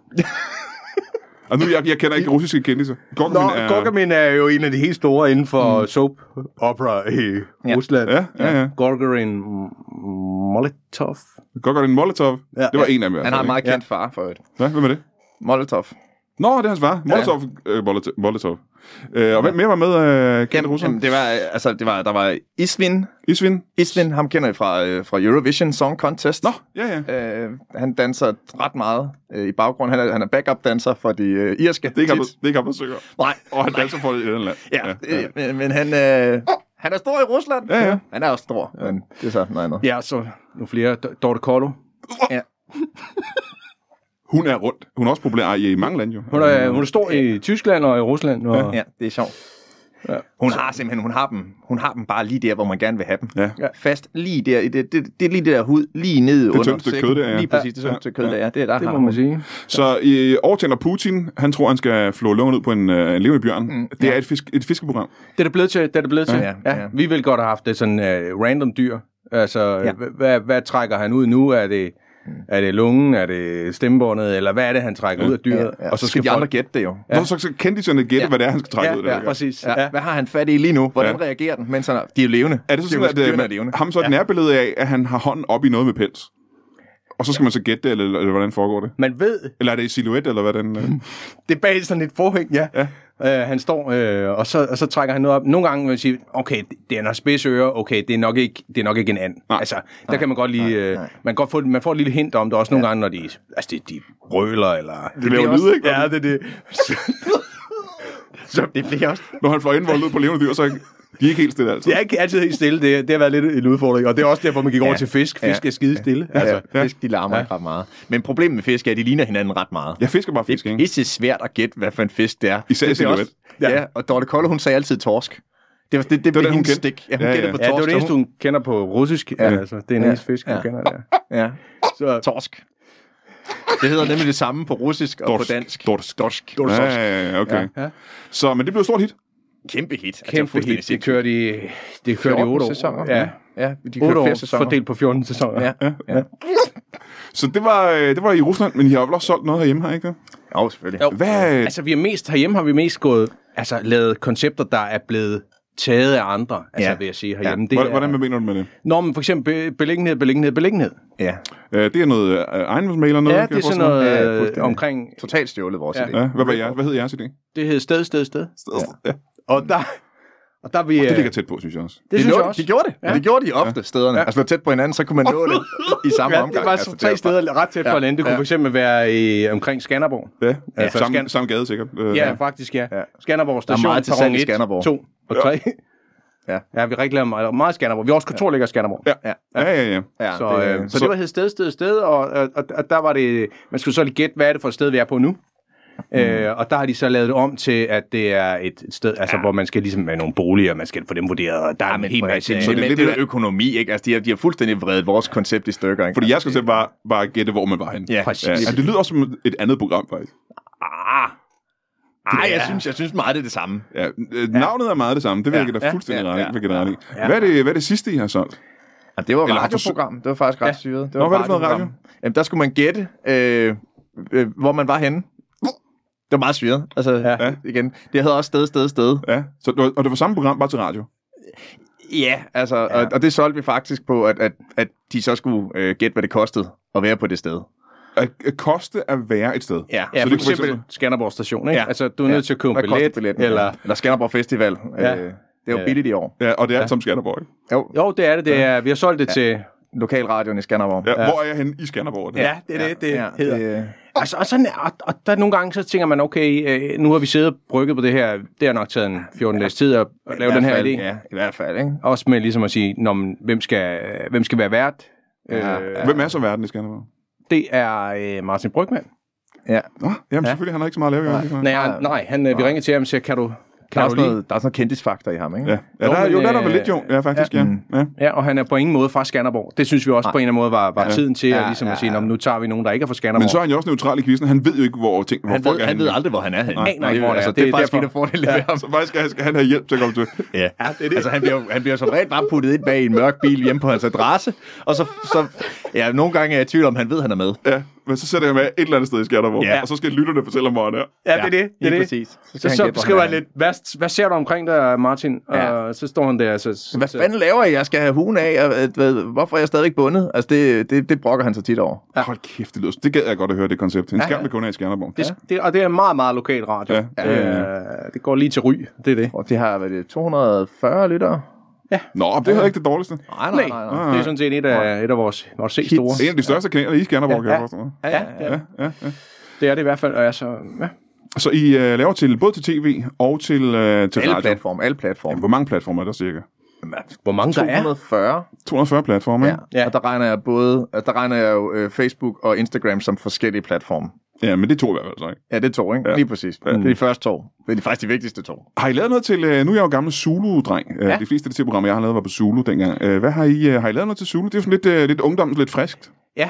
Og nu, jeg kender ikke russiske kendte. Gorgamin er jo en af de helt store inden for soap opera i Rusland. Ja. Gorgamin Molotov. Gorgamin Molotov? Ja. Det var en af dem. Han har en meget kendt far for det. Ja, hvem er det? Molotov. Nå, det er hans far. Molotov. Og hvem mere var med? Kendt Rusland? Der var Isvin. Isvin, ham kender jeg fra Eurovision Song Contest. Nå, ja. Han danser ret meget i baggrunden. Han er backup-danser for de irske. Det er ikke ham, der synger. Nej. Og han danser for det i Irland. Ja. Men han er stor i Rusland. Ja. Han er også stor, men det er så noget andet. Ja, så nogle flere. Dorte Kollo. Ja. Hun er rundt. Hun er også populær i mange lande, jo. Hun er stor i Tyskland og i Rusland. Og... Ja, det er sjovt. Ja. Hun har dem bare lige der, hvor man gerne vil have dem. Ja. Fast lige der. Det er lige det der hud, lige nede under. Det tyndeste kød der, ja. Lige præcis, det tyndeste kød der, ja. Det er der, det må man sige. Så overtænder Putin, han tror, han skal flå lungerne ud på en levende bjørn. Det er et fiskeprogram. Det er det blevet til. Ja. Vi vil godt have haft det sådan random dyr. Altså, hvad trækker han ud nu? Er det lungen? Er det stemmebåndet? Eller hvad er det, han trækker ud af dyret? Ja. Og så skal de andre gætte det jo. Ja. Så kendiserne gætte, hvad det er, han skal trække ud af det. Præcis. Ja. Hvad har han fat i lige nu? Hvordan reagerer den? Mens de er jo levende. Er det så sådan, at ham så et nærbillede af, at han har hånden op i noget med pels? Og så skal man så gætte det, eller hvordan foregår det? Man ved... Eller er det i silhuet, eller hvad den... Det er bag sådan et forhæng, ja. Han står, og så trækker han noget op. Nogle gange vil man sige, okay, det er noget spidsøre, okay, det er nok ikke en and. Altså, der kan man godt lige... Man får et lille hint om det også nogle gange, når de brøler, eller... Det laver lyd, ikke? Ja, det er det. Så det bliver også... Når han får indvoldet ud på levende dyr, så de er ikke helt stille, altså. Det er ikke altid helt stille. Det har været lidt en udfordring, og det er også derfor, man gik over til fisk. Fisk er skide stille. Fisk, de larmer ikke ret meget. Men problemet med fisk er, at de ligner hinanden ret meget. Jeg fisker bare fisk, ikke? Det er svært at gætte, hvad for en fisk det er. Især i silhuet. Ja, og Dorte Kollo, hun sagde altid torsk. Det blev hendes stik. Ja, hun gættede på torsk. Ja, det var det eneste, hun kender på russisk. Ja. Altså, det er en eneste fisk, hun kender der. Ja, så torsk. Det hedder nemlig det samme på russisk og på dansk. Dorsk. Ja, okay. Ja. Så, men det blev et stort hit. Kæmpe hit. Kæmpe hit. Det kørte i 8 år. Sæsoner. Ja, de kørte 4 sæsoner. Fordelt på 14 sæsoner. Ja. Så det var i Rusland, men I har vel også solgt noget herhjemme, har I ikke det? Jo, selvfølgelig. Jo. Altså, herhjemme har vi mest lavet koncepter, der er blevet taget af andre, vil jeg sige herhjemme. Ja. Hvordan mener du med det? Nå, men for eksempel beliggenhed. Ja. Det er noget ejendomsmægler noget? Ja, det er sådan noget omkring... Totalt stjålet vores idé. Ja. Hvad hed jeres idé? Det hed sted. Ja. Og der vi... det ligger tæt på, synes jeg også. Det synes jeg også. De gjorde det. Ja. Det gjorde de ofte stederne. Ja. Altså, tæt på hinanden, så kunne man nå det i samme omgang. Det var altså, 3 steder ret tæt på hinanden. Det kunne for eksempel være omkring Skanderborg. Ja, samme gade sikkert. Ja, faktisk, ja. Skanderborg station, meget til salg i Skanderborg. 2 og 3. Ja, vi rigtig lavet meget Skanderborg. Vi har også kontor ligger i Skanderborg. Ja. Så det var hed sted, og der var det... Man skulle så lige gætte, hvad er det for et sted, vi er på nu? Og der har de så lavet det om til, at det er et sted, altså, hvor man skal ligesom med nogle boliger, man skal få dem vurderet, og der er en hel masse... Så det er lidt økonomi, ikke? Altså, de har fuldstændig vredet vores koncept i stykker, ikke? Fordi jeres koncept var bare at gætte, hvor man var henne. Ja, præcis. Det lyder også som et andet program, faktisk. Jeg synes meget, det er det samme. Ja, navnet er meget det samme. Det vil jeg da fuldstændig ret i. Hvad er det sidste, I har solgt? Ja, det var et radioprogram. Det var faktisk ret syret. Hvad er det for noget radio? Jamen, der skulle man gætte, hvor man var henne. Det var meget syret. Altså, igen. Det hedder også sted. Ja. Og det var samme program, bare til radio? Ja, altså, og det solgte vi faktisk på, at de så skulle gætte, hvad det kostede at være på det sted. At koste at være et sted? Ja, så for eksempel Skanderborg station, ikke? Ja. Altså, du er nødt til at købe en billet. Eller Skanderborg Festival. Ja. Det var billigt i år. Ja, og det er alt som Skanderborg, ikke? Jo, det er det. Det er, vi har solgt det til... Lokalradioen i Skanderborg. Ja, hvor er jeg henne i Skanderborg? Ja, det er det hedder. Altså, og der nogle gange, så tænker man, okay, nu har vi siddet og brygget på det her. Det har nok taget en 14 dages tid at lave den her idé. Ja, i hvert fald, ikke? Også med ligesom at sige, hvem skal være vært? Hvem er så verden i Skanderborg? Det er Martin Brygmann. Ja. Jamen selvfølgelig, han har ikke så meget at lave. Nej, vi ringer til ham og siger, kan du... Der er sådan noget kendisfaktor i ham, ikke? Ja, der er vel lidt jo. Ja, faktisk, ja, og han er på ingen måde fra Skanderborg. Det synes vi også på en eller anden måde var tiden til at ligesom at sige, nu tager vi nogen, der ikke er fra Skanderborg. Men så er han jo også neutral i quizzen. Han ved jo ikke, hvor ting folk er henne. Han ved aldrig, hvor han er henne. Nej, hvor altså, det er faktisk en af fordelene ved ham. Så faktisk skal han have hjælp til at komme til. Ja, det er det. Altså, han bliver som regel bare puttet ind bag en mørk bil hjemme på hans adresse, og så nogle gange er jeg i tvivl om, han ved, han er med. Ja. men så sætter jeg med et eller andet sted i Skanderborg, og så skal lytterne fortælle om, hvor han er. Ja, det er det. Lige præcis. Så skriver han lidt, hvad ser du omkring der, Martin? Og så står han der. Hvad fanden laver I? Jeg skal have hugen af, hvorfor er jeg stadigvæk bundet? Altså, det brokker han så tit over. Ja. Hold kæft, det gad jeg godt at høre, det koncept. En skærm med kunder i Skanderborg. Og det er meget, meget lokal radio. Det går lige til Ry, det er det. Og de har, 240 lyttere? Ja. Nå, det er ikke det dårligste. Nej. Det er sådan set et af vores C-store. En af de største kanaler i Skanderborg, kan jeg forstå. Ja. Det er det i hvert fald. Altså, Så I laver både til tv og til radio? Alle platforme. Hvor mange platformer er der cirka? Hvor mange der er? 240. 240 platforme, ja. Og der regner jeg jo Facebook og Instagram som forskellige platforme. Ja, men det er 2 i hvert fald så, ikke? Ja, det er 2, ikke? Ja. Lige præcis. Det er de første 2. Det er faktisk de vigtigste 2. Har I lavet noget til... Nu er jeg jo gammel Zulu-dreng. De fleste af de programmer, jeg har lavet, var på Zulu dengang. Hvad har I lavet noget til Zulu? Det er jo sådan lidt ungdoms, lidt friskt. Ja.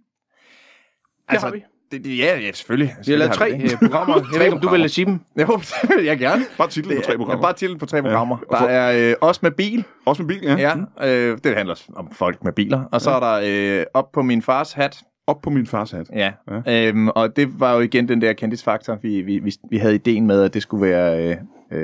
Altså, har vi. Ja, selvfølgelig. Vi har lavet 3 programmer. Jeg ved ikke, om du vil sige dem. Jo, det vil jeg gerne. Bare titlen på 3 programmer. Bare titlen på 3 programmer. Der er Os med bil. Os med bil, ja. Ja, det handler om folk med biler. Og så er der Op på min fars hat. Op på min fars hat. Ja. Og det var jo igen den der kendisfaktor. Vi havde ideen med, at det skulle være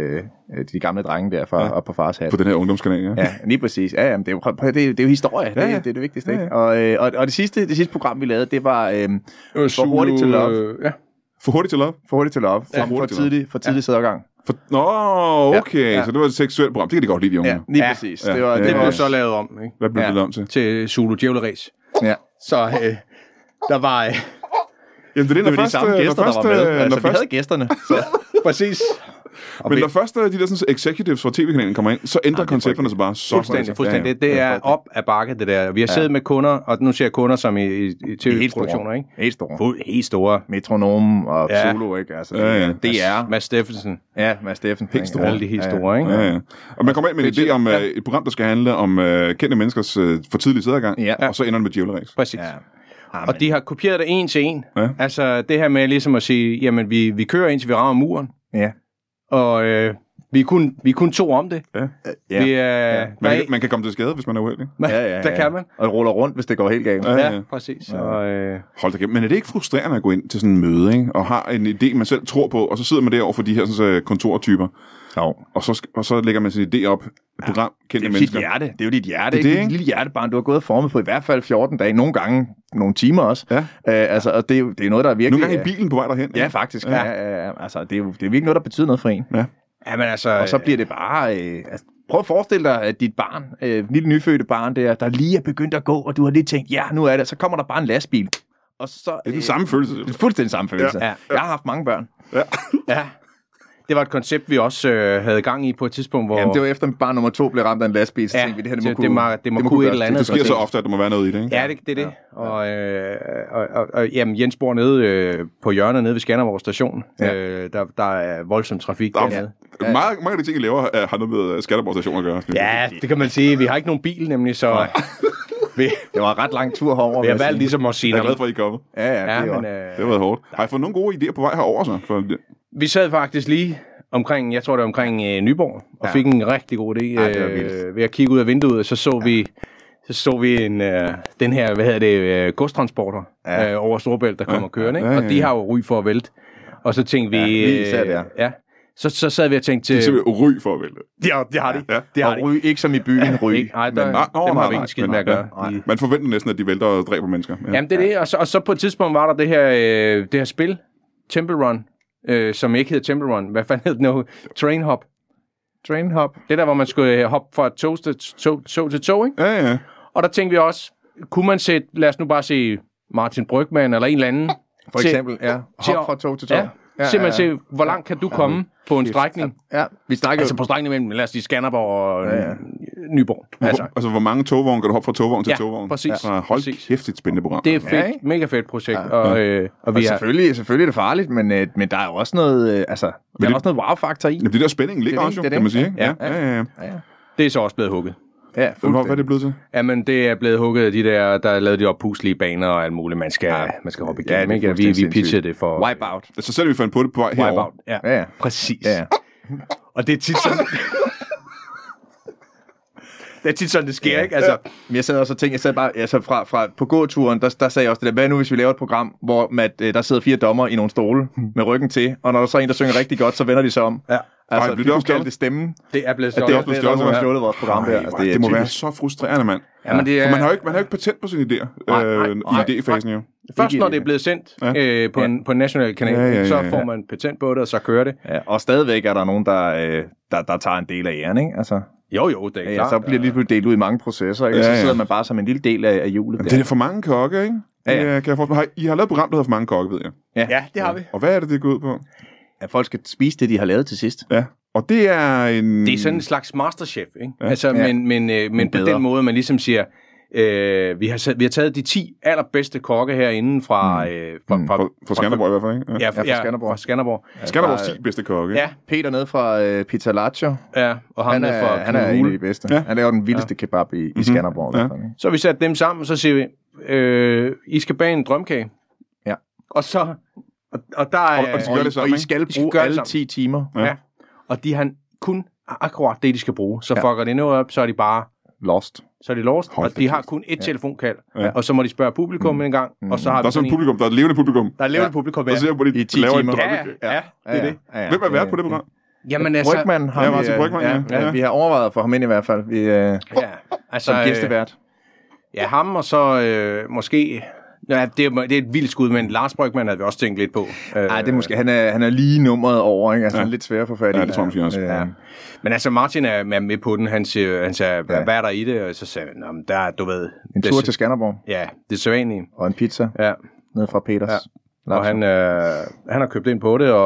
de gamle drenge der fra Op på fars hat. På den her ungdomskanal, ja. Ja, lige præcis. Ja, men det er jo historie. Det er det vigtigste, ikke? Og det sidste program, vi lavede, det var For hurtigt til love. Ja. For hurtigt til love? For hurtigt til love. For tidlig sæddergang. Nå, okay. Ja. Så det var et seksuelt program. Det kan de godt lide, de unge. Ja, lige præcis. Ja. Det blev så lavet om, ikke? Hvad blev det om til? Til Zulu Djævleræs. Ja. Så der var... Jamen, det var de samme gæster, der var med. Altså, vi havde gæsterne. Så. Præcis. Men når først de der sådan, executives fra tv-kanalen kommer ind, så ændrer koncepterne sig bare så fuldstændig. Det er op ad bakke, det der. Vi har siddet med kunder, og nu ser jeg kunder som i tv-produktioner, ikke? Helt store. Store. Metronom og Zulu, ikke? Altså, DR. Mads Steffensen. Ja, Mads Steffensen. Helt store. Alle de helt store, ikke? Ja. Og man kommer ind med en idé om et program, der skal handle om kendte menneskers for tidlig sæddergang, og så ender det med djævleræs. Præcis. Og de har kopieret det en til en. Ja. Altså det her med ligesom at sige, jamen vi kører indtil vi rammer muren. Ja. Og vi er kun 2 om det. Ja. Man kan komme til skade, hvis man er uheldig. Ja. Der kan man. Og ruller rundt, hvis det går helt galt. Ja, præcis. Ja. Hold da kæft. Men er det ikke frustrerende at gå ind til sådan en møde, ikke? Og har en idé, man selv tror på, og så sidder man derovre for de her sådan, kontortyper. Jo. Og så lægger man sin idé op. Et program, kendte mennesker. Det er jo dit hjerte. Det er et lille hjertebarn, du har gået formet på i hvert fald 14 dage. Nogle gange, nogle timer også. Ja. Og det er noget, der er virkelig... Nogle gange i bilen på vej derhen. Ja, faktisk. Ja. Altså, det er virkelig noget, der betyder noget for en. Ja. Jamen, altså, og så bliver det bare... prøv at forestille dig, at dit barn, lille nyfødte barn der lige er begyndt at gå, og du har lige tænkt, ja, nu er det. Så kommer der bare en lastbil. Og så, det er den samme følelse. Det er fuldstændig samme følelse. Ja. Jeg har haft mange børn. Ja. Det var et koncept, vi også havde gang i på et tidspunkt, hvor... Jamen, det var efter barn nummer 2 blev ramt af en lastbil, så tænkte vi, det må kunne et eller andet. Det sker så ofte, at der må være noget i det, ikke? Ja, det er det. Og jamen, Jens bor nede på hjørnet nede ved Skanderborg station. Ja. Der er voldsom trafik dernede. Mange af de ting, I laver, har noget med Skanderborg station at gøre. Ja, det kan man sige. Vi har ikke nogen bil, nemlig, så... Det var en ret lang tur herover. Vi har valgt ligesom at sige... Jeg er glad for, at I er kommet. Ja, det har været hårdt. Har I fået nogle gode idéer på vej herover så? Vi sad faktisk lige omkring, jeg tror det var omkring Nyborg, og fik en rigtig god idé ved at kigge ud af vinduet, og så så vi den her, godstransporter over Storebælt, der kommer kørende, ikke? Og de har jo ry for at vælte. Og så tænkte vi... Så sad vi og tænkte... Det er simpelthen ry for at vælte. Ja, det har de. Ja. Det har de. Ry, ikke som i byen ry. Nej, dem har vi ikke skidt med at gøre. Man forventer næsten, at de vælter og dræber mennesker. Ja. Jamen, det er det. Og så på et tidspunkt var der det her spil, Temple Run, som ikke hed Temple Run. Hvad fanden hed det nu? Train Hop. Det der, hvor man skulle hoppe fra tog til tog, ikke? Ja. Og der tænkte vi også, kunne man sætte, lad os nu bare se Martin Brygmann eller en eller anden. For eksempel, hop fra tog til tog. Ja, simpelthen se, hvor langt kan du komme på en strækning? Ja, vi snakker altså på strækningen mellem, lad os sige, Skanderborg og Nyborg. Altså, hvor mange togvogne kan du hoppe fra togvogn til togvogn? Præcis. Hold kæft, et spændende program. Det er fedt, mega fedt projekt. Og vi selvfølgelig er det farligt, men der er jo også noget, der er også noget wow-faktor i. Jamen, det der spænding ligger også, kan man sige. Ja. Det er så også blevet hugget. Ja, hvad er det blevet til? Jamen, det er blevet hugget af de der lavede de oppuslige baner og alt muligt, man skal hoppe igennem. Ikke? Vi pitchede det for... Wipeout. Så selv vi fandt på det på vej herover. Wipeout, ja. Præcis. Ja. Og det er tit sådan... Det er tit sådan, det sker, ikke? Altså, Men jeg sad også og tænkte, fra på gåturen, der sagde jeg også det der, hvad nu hvis vi laver et program, hvor der sidder 4 dommer i nogle stole med ryggen til, og når der så er en, der synger rigtig godt, så vender de sig om. Ja. Altså, vi kunne kalde det stemmen. Det er blevet stjålet. Det er stjålet vores program der. Altså, det må være så frustrerende, mand. Ja, men det er... For man har jo ikke patent på sine idéer i idéfasen, jo. Først når det er blevet sendt på en national kanal, så får man patent på det, og så kører det. Ja, og stadigvæk er der nogen, der tager en del af æren, ikke? Altså, jo, det er klart. Så bliver det lige pludselig delt ud i mange processer, ikke? Så sidder man bare som en lille del af hjulet. Det er for mange kokke, ikke? Kan jeg forstå. I har lavet et program, der hedder For mange kokke, ved jeg. Ja, det har vi. Og hvad er det går ud på? At folk skal spise det, de har lavet til sidst. Ja. Og det er en... Det er sådan en slags masterchef, ikke? Ja. Altså, men på den måde, man ligesom siger, vi har taget de 10 allerbedste kokke herinde fra Skanderborg i hvert fald, ikke? Ja, fra Skanderborg. Skanderborgs 10 bedste kokke. Ja, Peter nede fra Pizza Lacho. Ja, og han er en af de bedste. Ja. Han laver den vildeste kebab i Skanderborg. Ja. Ikke? Så har vi sat dem sammen, og så siger vi, I skal bage en drømkage. Ja. Og så... Og der er... Og I skal bruge alle 10 timer. Ja. Og de har kun akkurat det, de skal bruge. Så fucker det noget op, så er de bare... Lost. Så er de lost, og de har kun et telefonkald. Ja. Og så må de spørge publikum en gang. Og så har der er sådan et publikum, der er et levende publikum. Der er et levende publikum, ja. Der ser på, de 10 laver timer. Ja, det er det. Hvem er vært på det program? Jamen altså... Brygman har Martin Brygman, ja. Vi har overvejet for ham ind i hvert fald. Altså, som gæstevært. Ja, ham og så måske... Ja, det er et vildt skud, men Lars Brygman havde vi også tænkt lidt på. Nej, det er måske... Han er lige nummeret over, ikke? Altså, han er lidt svær at få fat i. Ja, det tror jeg også. Ja. Men altså, Martin er med på den. Han siger, hvad er der i det? Og så sagde han, der er, du ved... En tur til Skanderborg. Ja, det er sædvanligt. Og en pizza. Ja. Nede fra Peters. Ja. Og han har købt ind på det,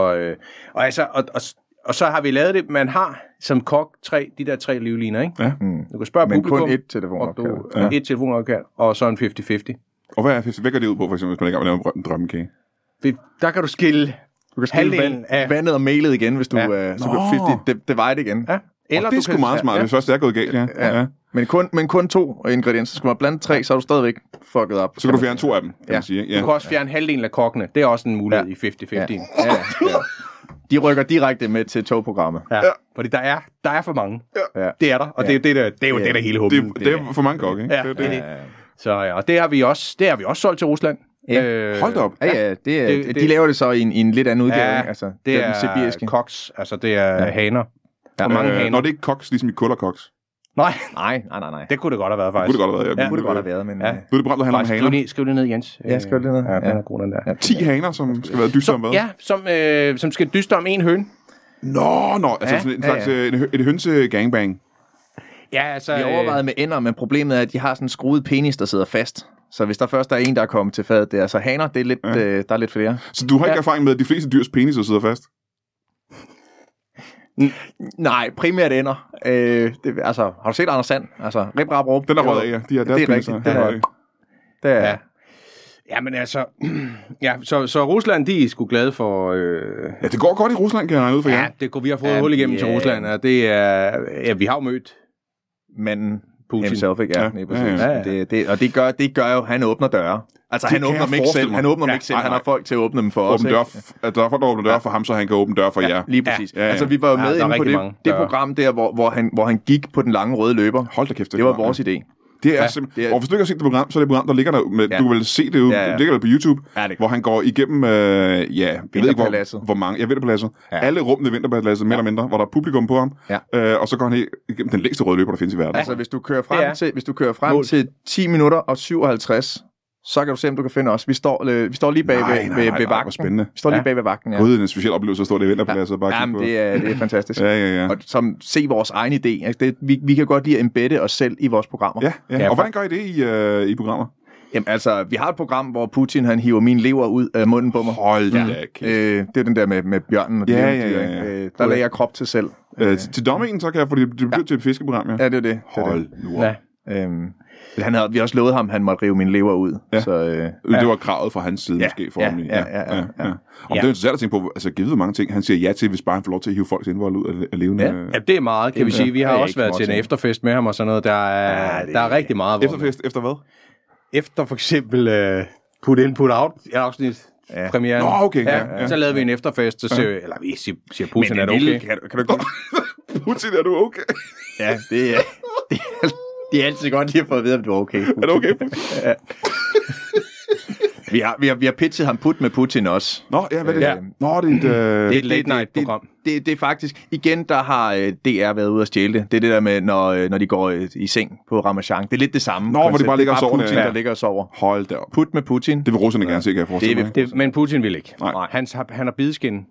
og så har vi lavet det. Man har som kok de der 3 livliner, ikke? Ja. Du kan spørge publikum. Men kun et telefonopkald. Et telefonopkald, og så en 50-50. Og hvad går det ud på, for eksempel, hvis man ikke har lavet en drømmekage? Der kan du skille vandet og mailet igen, hvis du... så kan det vejer det igen. Ja. Eller det er sgu meget smart, hvis først det er gået galt, ja. Men kun 2 ingredienser. Så skal man blande 3, så er du stadigvæk fucket op. Så kan du fjerne 2 af dem, kan man sige. Ja. Du kan også fjerne halvdelen af kokkene. Det er også en mulighed i 50-50. Ja. De rykker direkte med til togprogrammet. Ja. Fordi der er for mange. Ja. Det er der, og det er jo det der hele humlen. Det er for mange kokke, ikke? Ja, det. Så og det har vi også solgt til Rusland. Ja. Hold da op. Ja, de laver det så i en lidt anden udgave, ikke? Altså, det er sibiriske koks, altså det er haner. Ja, mange haner. Når det ikke koks, ligesom i kullerkoks. Nej. Det kunne det godt have været, faktisk. Det kunne det godt have været, men... Nu er det program, der handler om haner. Skriv det ned, Jens. Ja, skriv det ned. Ja, den er god, den der. Ja. 10 haner, som skal være dyster om hvad? Ja, som skal dyste om en høne. Nå, altså sådan en slags et hønse-gangbang. Ja, altså... Vi har overvejet med ender, men problemet er, at de har sådan en skruet penis, der sidder fast. Så hvis der først er en, der er kommet til fadet, det er altså haner, det er lidt, der er lidt flere. Så du har ikke erfaring med, at de fleste dyrs penis sidder fast? Nej, primært ender. Har du set Anders Sand? Altså, Rip Rap Rup. Den er rød af, ja. Det er rigtigt. Det er ja. Ja, men altså... Ja, så Rusland, de er sgu glade for... Ja, det går godt i Rusland, kan jeg regne ud for jer. Ja, vi har fået hul igennem til Rusland, og det er... Ja, vi har jo mødt... Men Putin. Himself, ikke? Ja. Og det gør jo, han åbner døre. Altså, han åbner dem ikke selv. Han har folk til at åbne dem for os. Der er folk, der åbner døre for ham, så han kan åbne døre for jer. Lige præcis. Ja. Altså, vi var jo med inde på det program der, hvor han gik på den lange røde løber. Hold da kæft. Det var vores idé. Det er simpelthen... Og hvis du ikke har set det program, så er det program, der ligger der... Du vil se det jo. Det ligger der på YouTube, hvor han går igennem... jeg ved ikke, hvor mange... Jeg ved det på Vinterpaladset. Alle rummene i Vinterpaladset, mere eller mindre, hvor der er publikum på ham. Og så går han igennem den længste røde løber, der findes i verden. Altså, hvis du kører frem til 10 minutter og 57... Så kan du se, om du kan finde os. Vi står lige bag ved vagten. Spændende. Vi står lige bag ved vagten, ja. Gud, en speciel oplevelse at stå der i Vinterpaladset. Jamen, det er fantastisk. Ja. Og som se vores egen idé. Altså, vi kan godt lide at embedde os selv i vores programmer. Ja. Og hvordan gør I det i programmer? Jamen, altså, vi har et program, hvor Putin, han hiver min lever ud af munden på mig. Hold da kæft. Det er den der med bjørnen og ja. Der lagde jeg krop til selv. Til dommen, så kan jeg, fordi det bliver til et fiskeprogram, ja. Ja, det er det. Hold nu op. Vi har også lovet ham, at han måtte rive min lever ud. Ja. Så, det var kravet fra hans side, måske. For ham. Ja. Og det er interessant at tænke på, altså givet mange ting, han siger ja til, hvis bare han får lov til at hive folks indvold ud af levende. Ja, det er meget, kan vi sige. Vi har også været til en efterfest med ham og sådan noget. Der er rigtig meget. Efterfest efter hvad? Efter for eksempel Put In, Put Out afsnit. Premieren. Nå, okay. Ja. Så lavede vi en efterfest, så siger Putin, er du okay? Kan du Putin, er du okay? Ja, det er Det er altid godt, at de har fået at vide, om du er okay. Er det okay? Ja. Vi har pitchet ham Put med Putin også. Nå, ja, hvad er det? Ja. Nå, det er et... Det er et late night program. Det er faktisk, igen, der har DR været ude og stjæle det. Det er det der med, når de går i seng på Ramachan. Det er lidt det samme. Nå, hvor det bare ligger og sover. Putin, der ligger og sover. Hold da op. Put med Putin. Det vil russerne gerne se, kan jeg forestille mig. Men Putin vil ikke. Nej. Han har bideskin.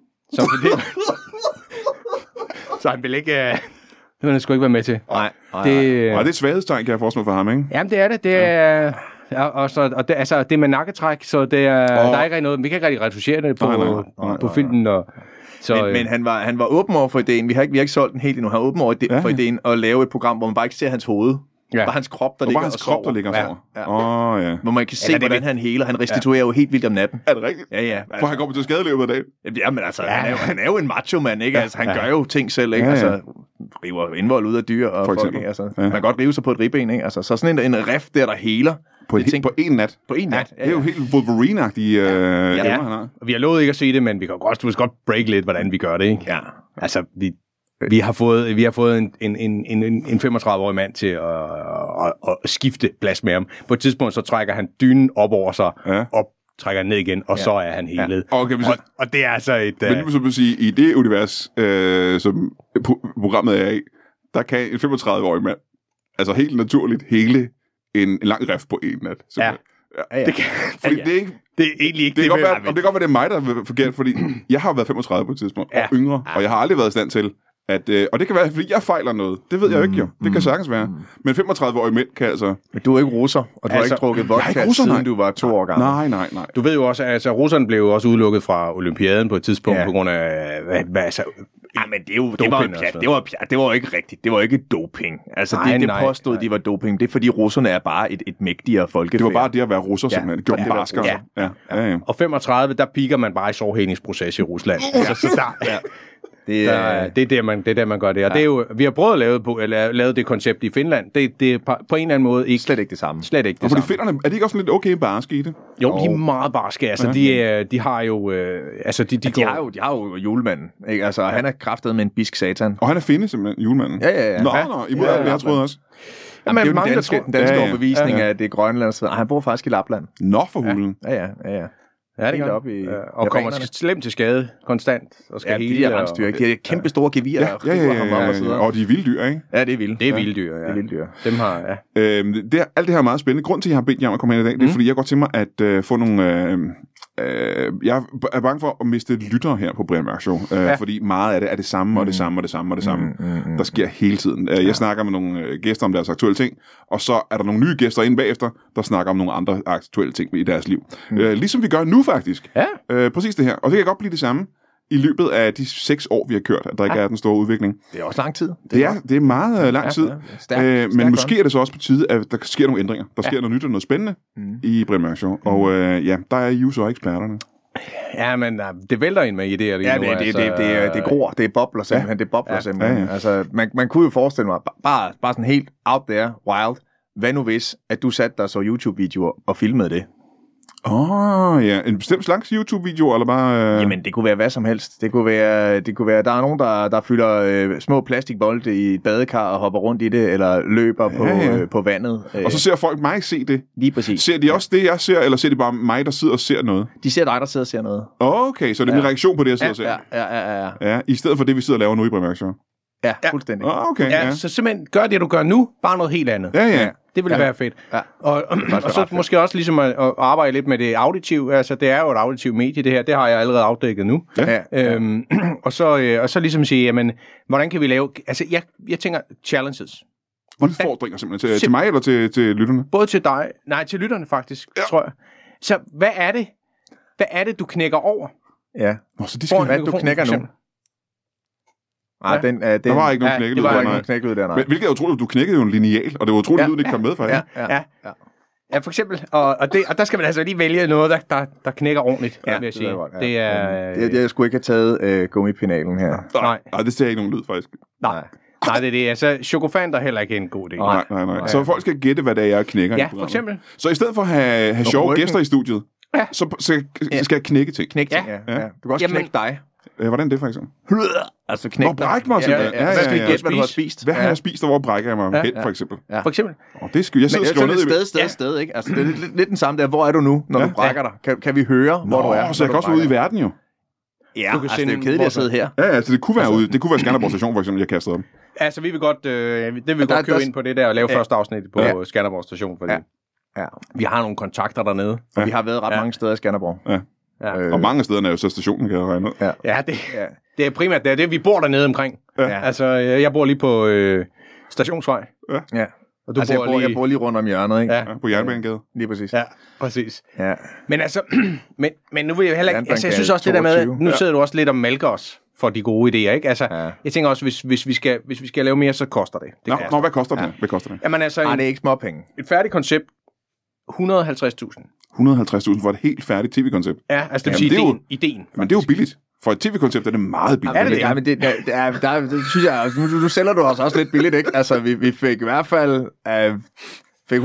Så han vil ikke... Det vil han sgu ikke være med til. Nej. Det er et svaghedstegn, kan jeg forestille mig for ham, ikke? Jamen, det er det. Det er... Ja, og det, altså, det er med nakketræk, så det er, der er ikke rigtig noget... Vi kan ikke rigtig retusere det på filmen. Men han var åben over for ideen. Vi har ikke solgt den helt endnu. Han var åben over for ideen at lave et program, hvor man bare ikke ser hans hoved. Ja. Bare hans krop, der ligger og sover. Der ligger og sover. Ja. Hvor man kan se, hvordan han heler. Han restituerer jo helt vildt om natten. Er det rigtigt? Ja. Altså, for han kommer til skade i løbet af dagen. Jamen altså, han er jo en macho-mand, ikke? Altså, han gør jo ting selv, ikke? Altså, river indvold ud af dyr og folk, ikke? Altså, man kan godt rive sig på et ribben, ikke? Altså, så sådan en ref der heler. På en nat. På en nat. Det er jo helt Wolverine-agtige han har. Vi har lovet ikke at se det, men vi kan godt break lidt, hvordan vi gør det, ikke? Ja. Altså, vi har fået en 35-årig mand til at skifte plads med ham. På et tidspunkt, så trækker han dynen op over sig, og trækker ned igen, og så er han helet. Ja. Okay, og det er altså et... Men det vil så sige, i det univers, som programmet er i, der kan en 35-årig mand, altså helt naturligt, hele en lang ref på en nat. Ja. Det kan, fordi det er ikke... Det er egentlig ikke det. Det kan godt være, det er mig, der er forkert, fordi jeg har været 35 på et tidspunkt, og yngre, og jeg har aldrig været i stand til, og det kan være, fordi jeg fejler noget. Det ved jeg jo ikke, jo. Det kan sagtens være. Men 35-årige mænd kan altså... Men du er ikke russer, og du har ikke drukket vodka, siden du var 2 år gammel. Nej. Du ved jo også, altså russerne blev jo også udelukket fra olympiaden på et tidspunkt, på grund af... men det var jo ikke rigtigt. Det var ikke doping. Altså, det påstod, de var doping. Det er, fordi russerne er bare et mægtigere folkefærd. Det var bare det at være russer, simpelthen. Det gjorde dem barskere. Ja. Og 35, der piker man bare i sovhældningsproces i Rusland. Altså, så der... Det er der, man gør det. Og det er jo, vi har prøvet at lave det koncept i Finland. Det er på en eller anden måde ikke... Slet ikke det samme. Og fordi finnerne, er de ikke også lidt okay barske i det? Jo, de er meget barske. Altså, de har jo... De har jo julemanden. Ikke? Altså, han er kraftet med en bisk satan. Og han er finne, simpelthen, julemanden? Ja. Nå, imod alt, jeg troede også. Jamen, det er jo den danske overbevisning af det Grønland. Han bor faktisk i Lapland. Nå, for hulen. Ja. Ja, det gør og kommer slemt til skade konstant. Og skal hele, de er rensdyr. De er kæmpe store gevier. Og de er vilde dyr, ikke? Ja, det er vilde. Det er vilde dyr, ja. Det er vilde dyr. Dem har, alt det her er meget spændende. Grunden til, at jeg har bedt jer om at komme hen i dag, det er, fordi jeg går til mig at få nogle... jeg er bange for at miste lyttere her på Brian Mørk Show, fordi meget af det er det samme, og det samme. Der sker hele tiden. Jeg snakker med nogle gæster om deres aktuelle ting, og så er der nogle nye gæster inde bagefter, der snakker om nogle andre aktuelle ting i deres liv. Ligesom vi gør nu faktisk. Præcis det her. Og det kan godt blive det samme i løbet af de 6 år, vi har kørt, at der ikke er den store udvikling. Det er også lang tid. Det er meget lang tid. Men måske er det så også på tide, at der sker nogle ændringer. Der sker noget nyt og noget spændende i Brian Mørk Show. Og der er I jo så eksperterne. Ja, men det vælter ind med idéer lige nu. Det gror. Det er bobler simpelthen. Det bobler simpelthen. Altså, man kunne jo forestille mig, bare sådan helt out there, wild. Hvad nu hvis, at du satte dig så YouTube-videoer og filmede det? En bestemt slags YouTube-video, eller bare... Jamen, det kunne være hvad som helst. Det kunne være der er nogen, der fylder små plastikbolde i et badekar og hopper rundt i det, eller løber på vandet. Og så ser folk mig se det? Lige præcis. Ser de også det, jeg ser, eller ser de bare mig, der sidder og ser noget? De ser dig, der sidder og ser noget. Okay, så det bliver reaktion på det, jeg sidder og ser? Ja, i stedet for det, vi sidder og laver nu i Brian Mørk Show? Ja, fuldstændig. Okay, så simpelthen gør det, du gør nu, bare noget helt andet. Ja. Det ville være fedt. Ja. Og så måske også ligesom at arbejde lidt med det auditive. Altså, det er jo et auditivt medie, det her. Det har jeg allerede afdækket nu. Og så ligesom sige, jamen, hvordan kan vi lave... Altså, jeg tænker challenges. Udfordringer simpelthen til mig eller til lytterne? Både til dig. Nej, til lytterne faktisk, tror jeg. Så hvad er det, du knækker over? Ja. Så de skal hvad du knækker nu? Nej, der var ikke nogen knækkelyd. Det var ikke nogen knækkelyd der, nej. Men, hvilket er utroligt, du knækkede jo en lineal, og det var utroligt, lyden ikke kom med, faktisk. Ja, for eksempel. Og der skal man altså lige vælge noget, der knækker ordentligt, vil jeg sige. Det er... Jeg skulle ikke have taget gummipinalen her. Nej, det ser ikke nogen lyd, faktisk. Nej, det er det. Altså, chokofanter er heller ikke en god idé. Nej. Så folk skal gætte, hvad det er, jeg knækker. Ja, for eksempel. Så i stedet for at have sjove gæster i studiet, så skal jeg knække ting. Ja. Du kan også knække dig. Hvordan det for eksempel? Altså knæk. Bræk mig simpelthen. Hvad skal vi gætte, hvad du har spist? Hvad har jeg spist, og hvor brækker jeg mig hen, for eksempel? Ja. For eksempel. Det skal jeg sidde og skrive ned. Sted, ikke? Altså, det er lidt den samme der. Hvor er du nu, når du brækker dig? Kan vi høre, hvor du er? Så jeg kan også være ude i verden, jo. Ja, altså, det er jo kedeligt at sidde her. Ja, altså det kunne være ude. Det kunne være Skanderborg Station, for eksempel, jeg kastede op. Altså, vi vil godt, godt købe ind på det der og lave første afsnit på Skanderborg Station, fordi vi har nogle kontakter dernede. Og vi har været ret mange steder i Skanderborg. Ja. Og mange af stederne er jo så stationen, kan jeg regne ud. Ja, det er primært det, vi bor dernede omkring. Altså, jeg bor lige på Stationsvej. Ja. Og jeg bor lige rundt om hjørnet, ikke? Ja, på Jernbanegade. Lige præcis. Ja, præcis. Ja. Men altså, men nu vil jeg heller ikke... Altså, jeg synes også det der med, nu sidder du også lidt og malker os for de gode idéer, ikke? Altså, jeg tænker også, hvis vi skal lave mere, så koster det. Hvad koster det? Hvad koster det? Jamen altså... det er ikke småpenge. Et færdigt koncept, 150.000. 150.000 for et helt færdigt tv-koncept. Ja, altså det vil sige ideen. Men det er jo billigt. For et tv-koncept er det meget billigt. Er det? Ja, men det synes jeg, nu sælger du os også lidt billigt, ikke? Altså, vi fik i hvert fald 157.000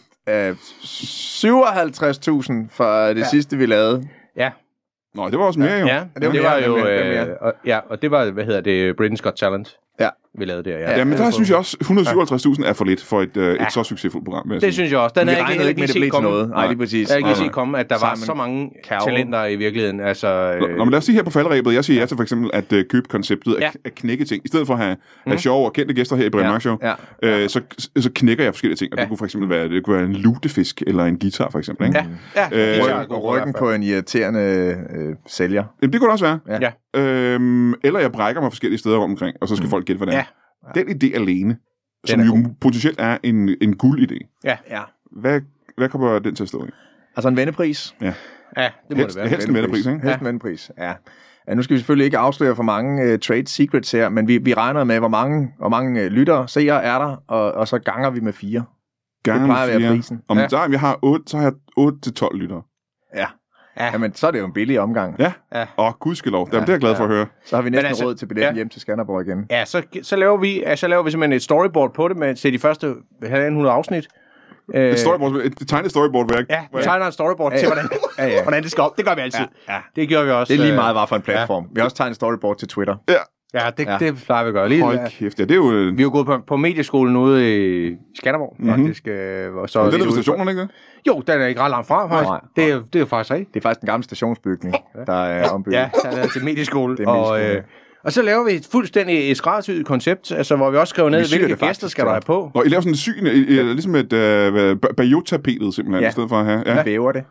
for det sidste, vi lavede. Ja. Nå, det var også mere jo. Ja, det var jo... og det var, Britain's Got Talent. Ja. Vi lavede der, ja. Men der synes jeg også, 157.000 er for lidt for et så succesfuldt program. Det synes jeg også. Den er ikke lige set komme. Nej, lige præcis. Jeg har ikke set komme, at der var så mange talenter i virkeligheden. Altså, Nå, men lad os sige her på falderæbet. Jeg siger ja til for eksempel at købe konceptet at knække ting. I stedet for at have sjove og kendte gæster her i Brian Mørk Show, så knækker jeg forskellige ting. Og det kunne for eksempel være en lutefisk eller en guitar for eksempel. Ikke? Ryggen på en irriterende sælger. Det kunne det også være. Eller jeg brækker mig forskellige steder omkring, og så skal folk gætte, hvad det er. Den idé alene, som jo potentielt er en guldidé. Ja. Hvad kommer den til at stå i? Altså en vendepris. Ja, det må det være. Helst en vendepris, ikke? Helst en vendepris, ja. Nu skal vi selvfølgelig ikke afsløre for mange trade secrets her, men vi regner med, hvor mange lyttere, seere er der, og så ganger vi med 4. Det plejer at være prisen. Jeg har 8, så har jeg 8-12 lyttere. Ja. Jamen, så er det jo en billig omgang. Ja. Gudskelov. Det er jeg glad for at høre. Så har vi næsten råd til billetten hjem til Skanderborg igen. Ja, så laver vi simpelthen et storyboard på det med til de første 1.500 afsnit. Et tegnet storyboard, hvor Ja, vi tegner et storyboard til, hvordan det skal op. Det gør vi altid. Ja. Det gør vi også. Det er lige meget, hvad for en platform. Vi har også tegnet et storyboard til Twitter. Ja, det plejer vi at gøre. Hold kæft, det er jo... Vi er jo gået på medieskolen ude i Skanderborg, faktisk. Og så det er ved stationen, ikke det? Jo, den er ikke ret langt fra, faktisk. Det er jo faktisk rigtigt. Det er faktisk en gammel stationsbygning, der er ombygget. Ja, der er til medieskole. Og så laver vi et fuldstændig skræddersyet koncept, altså, hvor vi også skriver ned, hvilke gæster skal der have på. Og I laver sådan en syn, ligesom et bajotapetet simpelthen, i stedet for at have... Ja, vi væver det.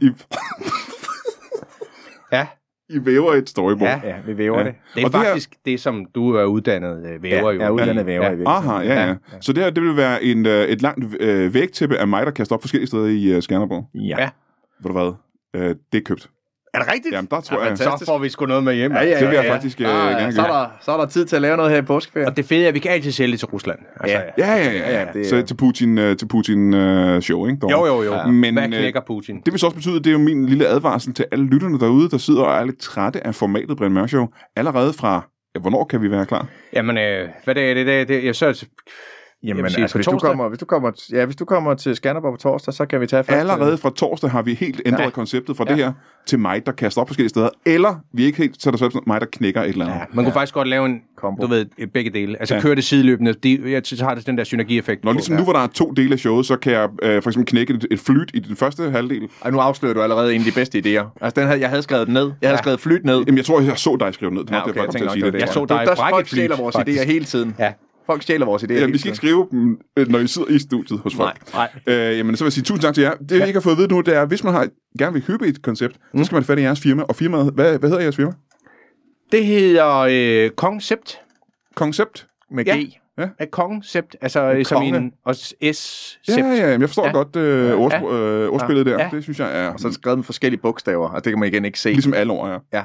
Ja, I væver et storyboard. Ja, vi væver det. Det er faktisk det, som du er uddannet væver jo. Jeg er uddannet væver i virkeligheden. Aha, ja. Så det her, det vil være et langt vægtæppe af mig, der kaster op forskellige steder i Skanderborg. Ja. Ved du hvad? Det er købt. Er det rigtigt? Jamen, der tror jeg... Så får vi sgu noget med hjem. Det vil jeg faktisk gerne gøre. Så er der tid til at lave noget her i påskeferien. Og det fede er, at vi kan altid sælge det til Rusland. Altså, ja. Så til Putin show, ikke? Jo. Men, hvad knækker Putin? Det vil så også betyde, at det er jo min lille advarsel til alle lytterne derude, der sidder og er lidt trætte af formatet Brian Mørk Show. Allerede fra... hvornår kan vi være klar? Jamen, hvad er det? Jeg så... Jamen, altså, hvis du kommer til Skanderborg på torsdag, så kan vi tage første... Allerede fra torsdag har vi helt ændret konceptet fra det her til mig, der kaster op forskellige steder, eller vi er ikke helt så der selv mig, der knækker et eller andet. Ja, man kunne faktisk godt lave en kombo. Du ved, begge dele. Altså køre det sideløbende. Så har det den der synergieffekt. Når ligesom nu, hvor der er 2 dele af showet, så kan jeg for eksempel knække et flyt i den første halvdel. Nu afslører du allerede en af de bedste idéer. Altså, jeg havde skrevet den ned. Jeg havde skrevet flyt ned. Jamen, jeg tror, jeg så dig skrive ned. Jeg så dig brække et flyt. Stjæler vores idéer hele tiden. Ja. Folk stjæler vores idéer. Ja, vi skal ikke skrive dem, når I sidder i studiet hos folk. Nej. Jamen, så vil jeg sige tusind tak til jer. Det, jeg ikke har fået at vide nu, det er, hvis man gerne vil købe et koncept, så skal man fatte i jeres firma. Og firmaet, hvad hedder jeres firma? Det hedder Koncept. Koncept? Med G. Ja. Koncept, altså som en og S-sept. Ja, jeg forstår godt ordspillet der. Det synes jeg er... Og så er det skrevet med forskellige bogstaver, og det kan man igen ikke se. Ligesom alle ord, ja.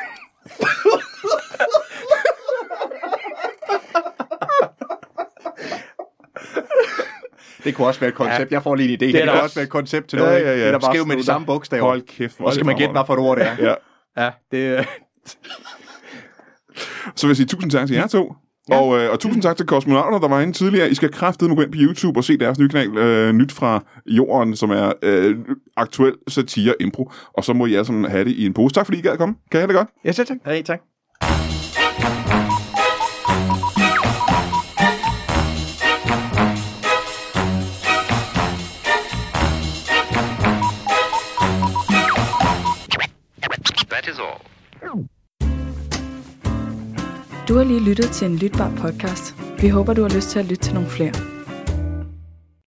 Det kunne også være et koncept. Jeg får lige en idé. Det kunne også være et koncept til noget. Det er skrive med de samme bogstaver. Hold kæft. Og skal man gætte, hvad for et ord det er. Ja, det Så vil jeg sige tusind tak til jer to. Og tusind tak til Kosmonauter, der var inde tidligere. I skal kraftedeme gå ind på YouTube og se deres nye kanal, Nyt fra Jorden, som er aktuel satire impro. Og så må I alle sammen have det i en pose. Tak fordi I gad komme. Kan I have det godt? Ja, tak. Hey, tak. That is all. Du har lige lyttet til en lytbar podcast. Vi håber, du har lyst til at lytte til nogle flere.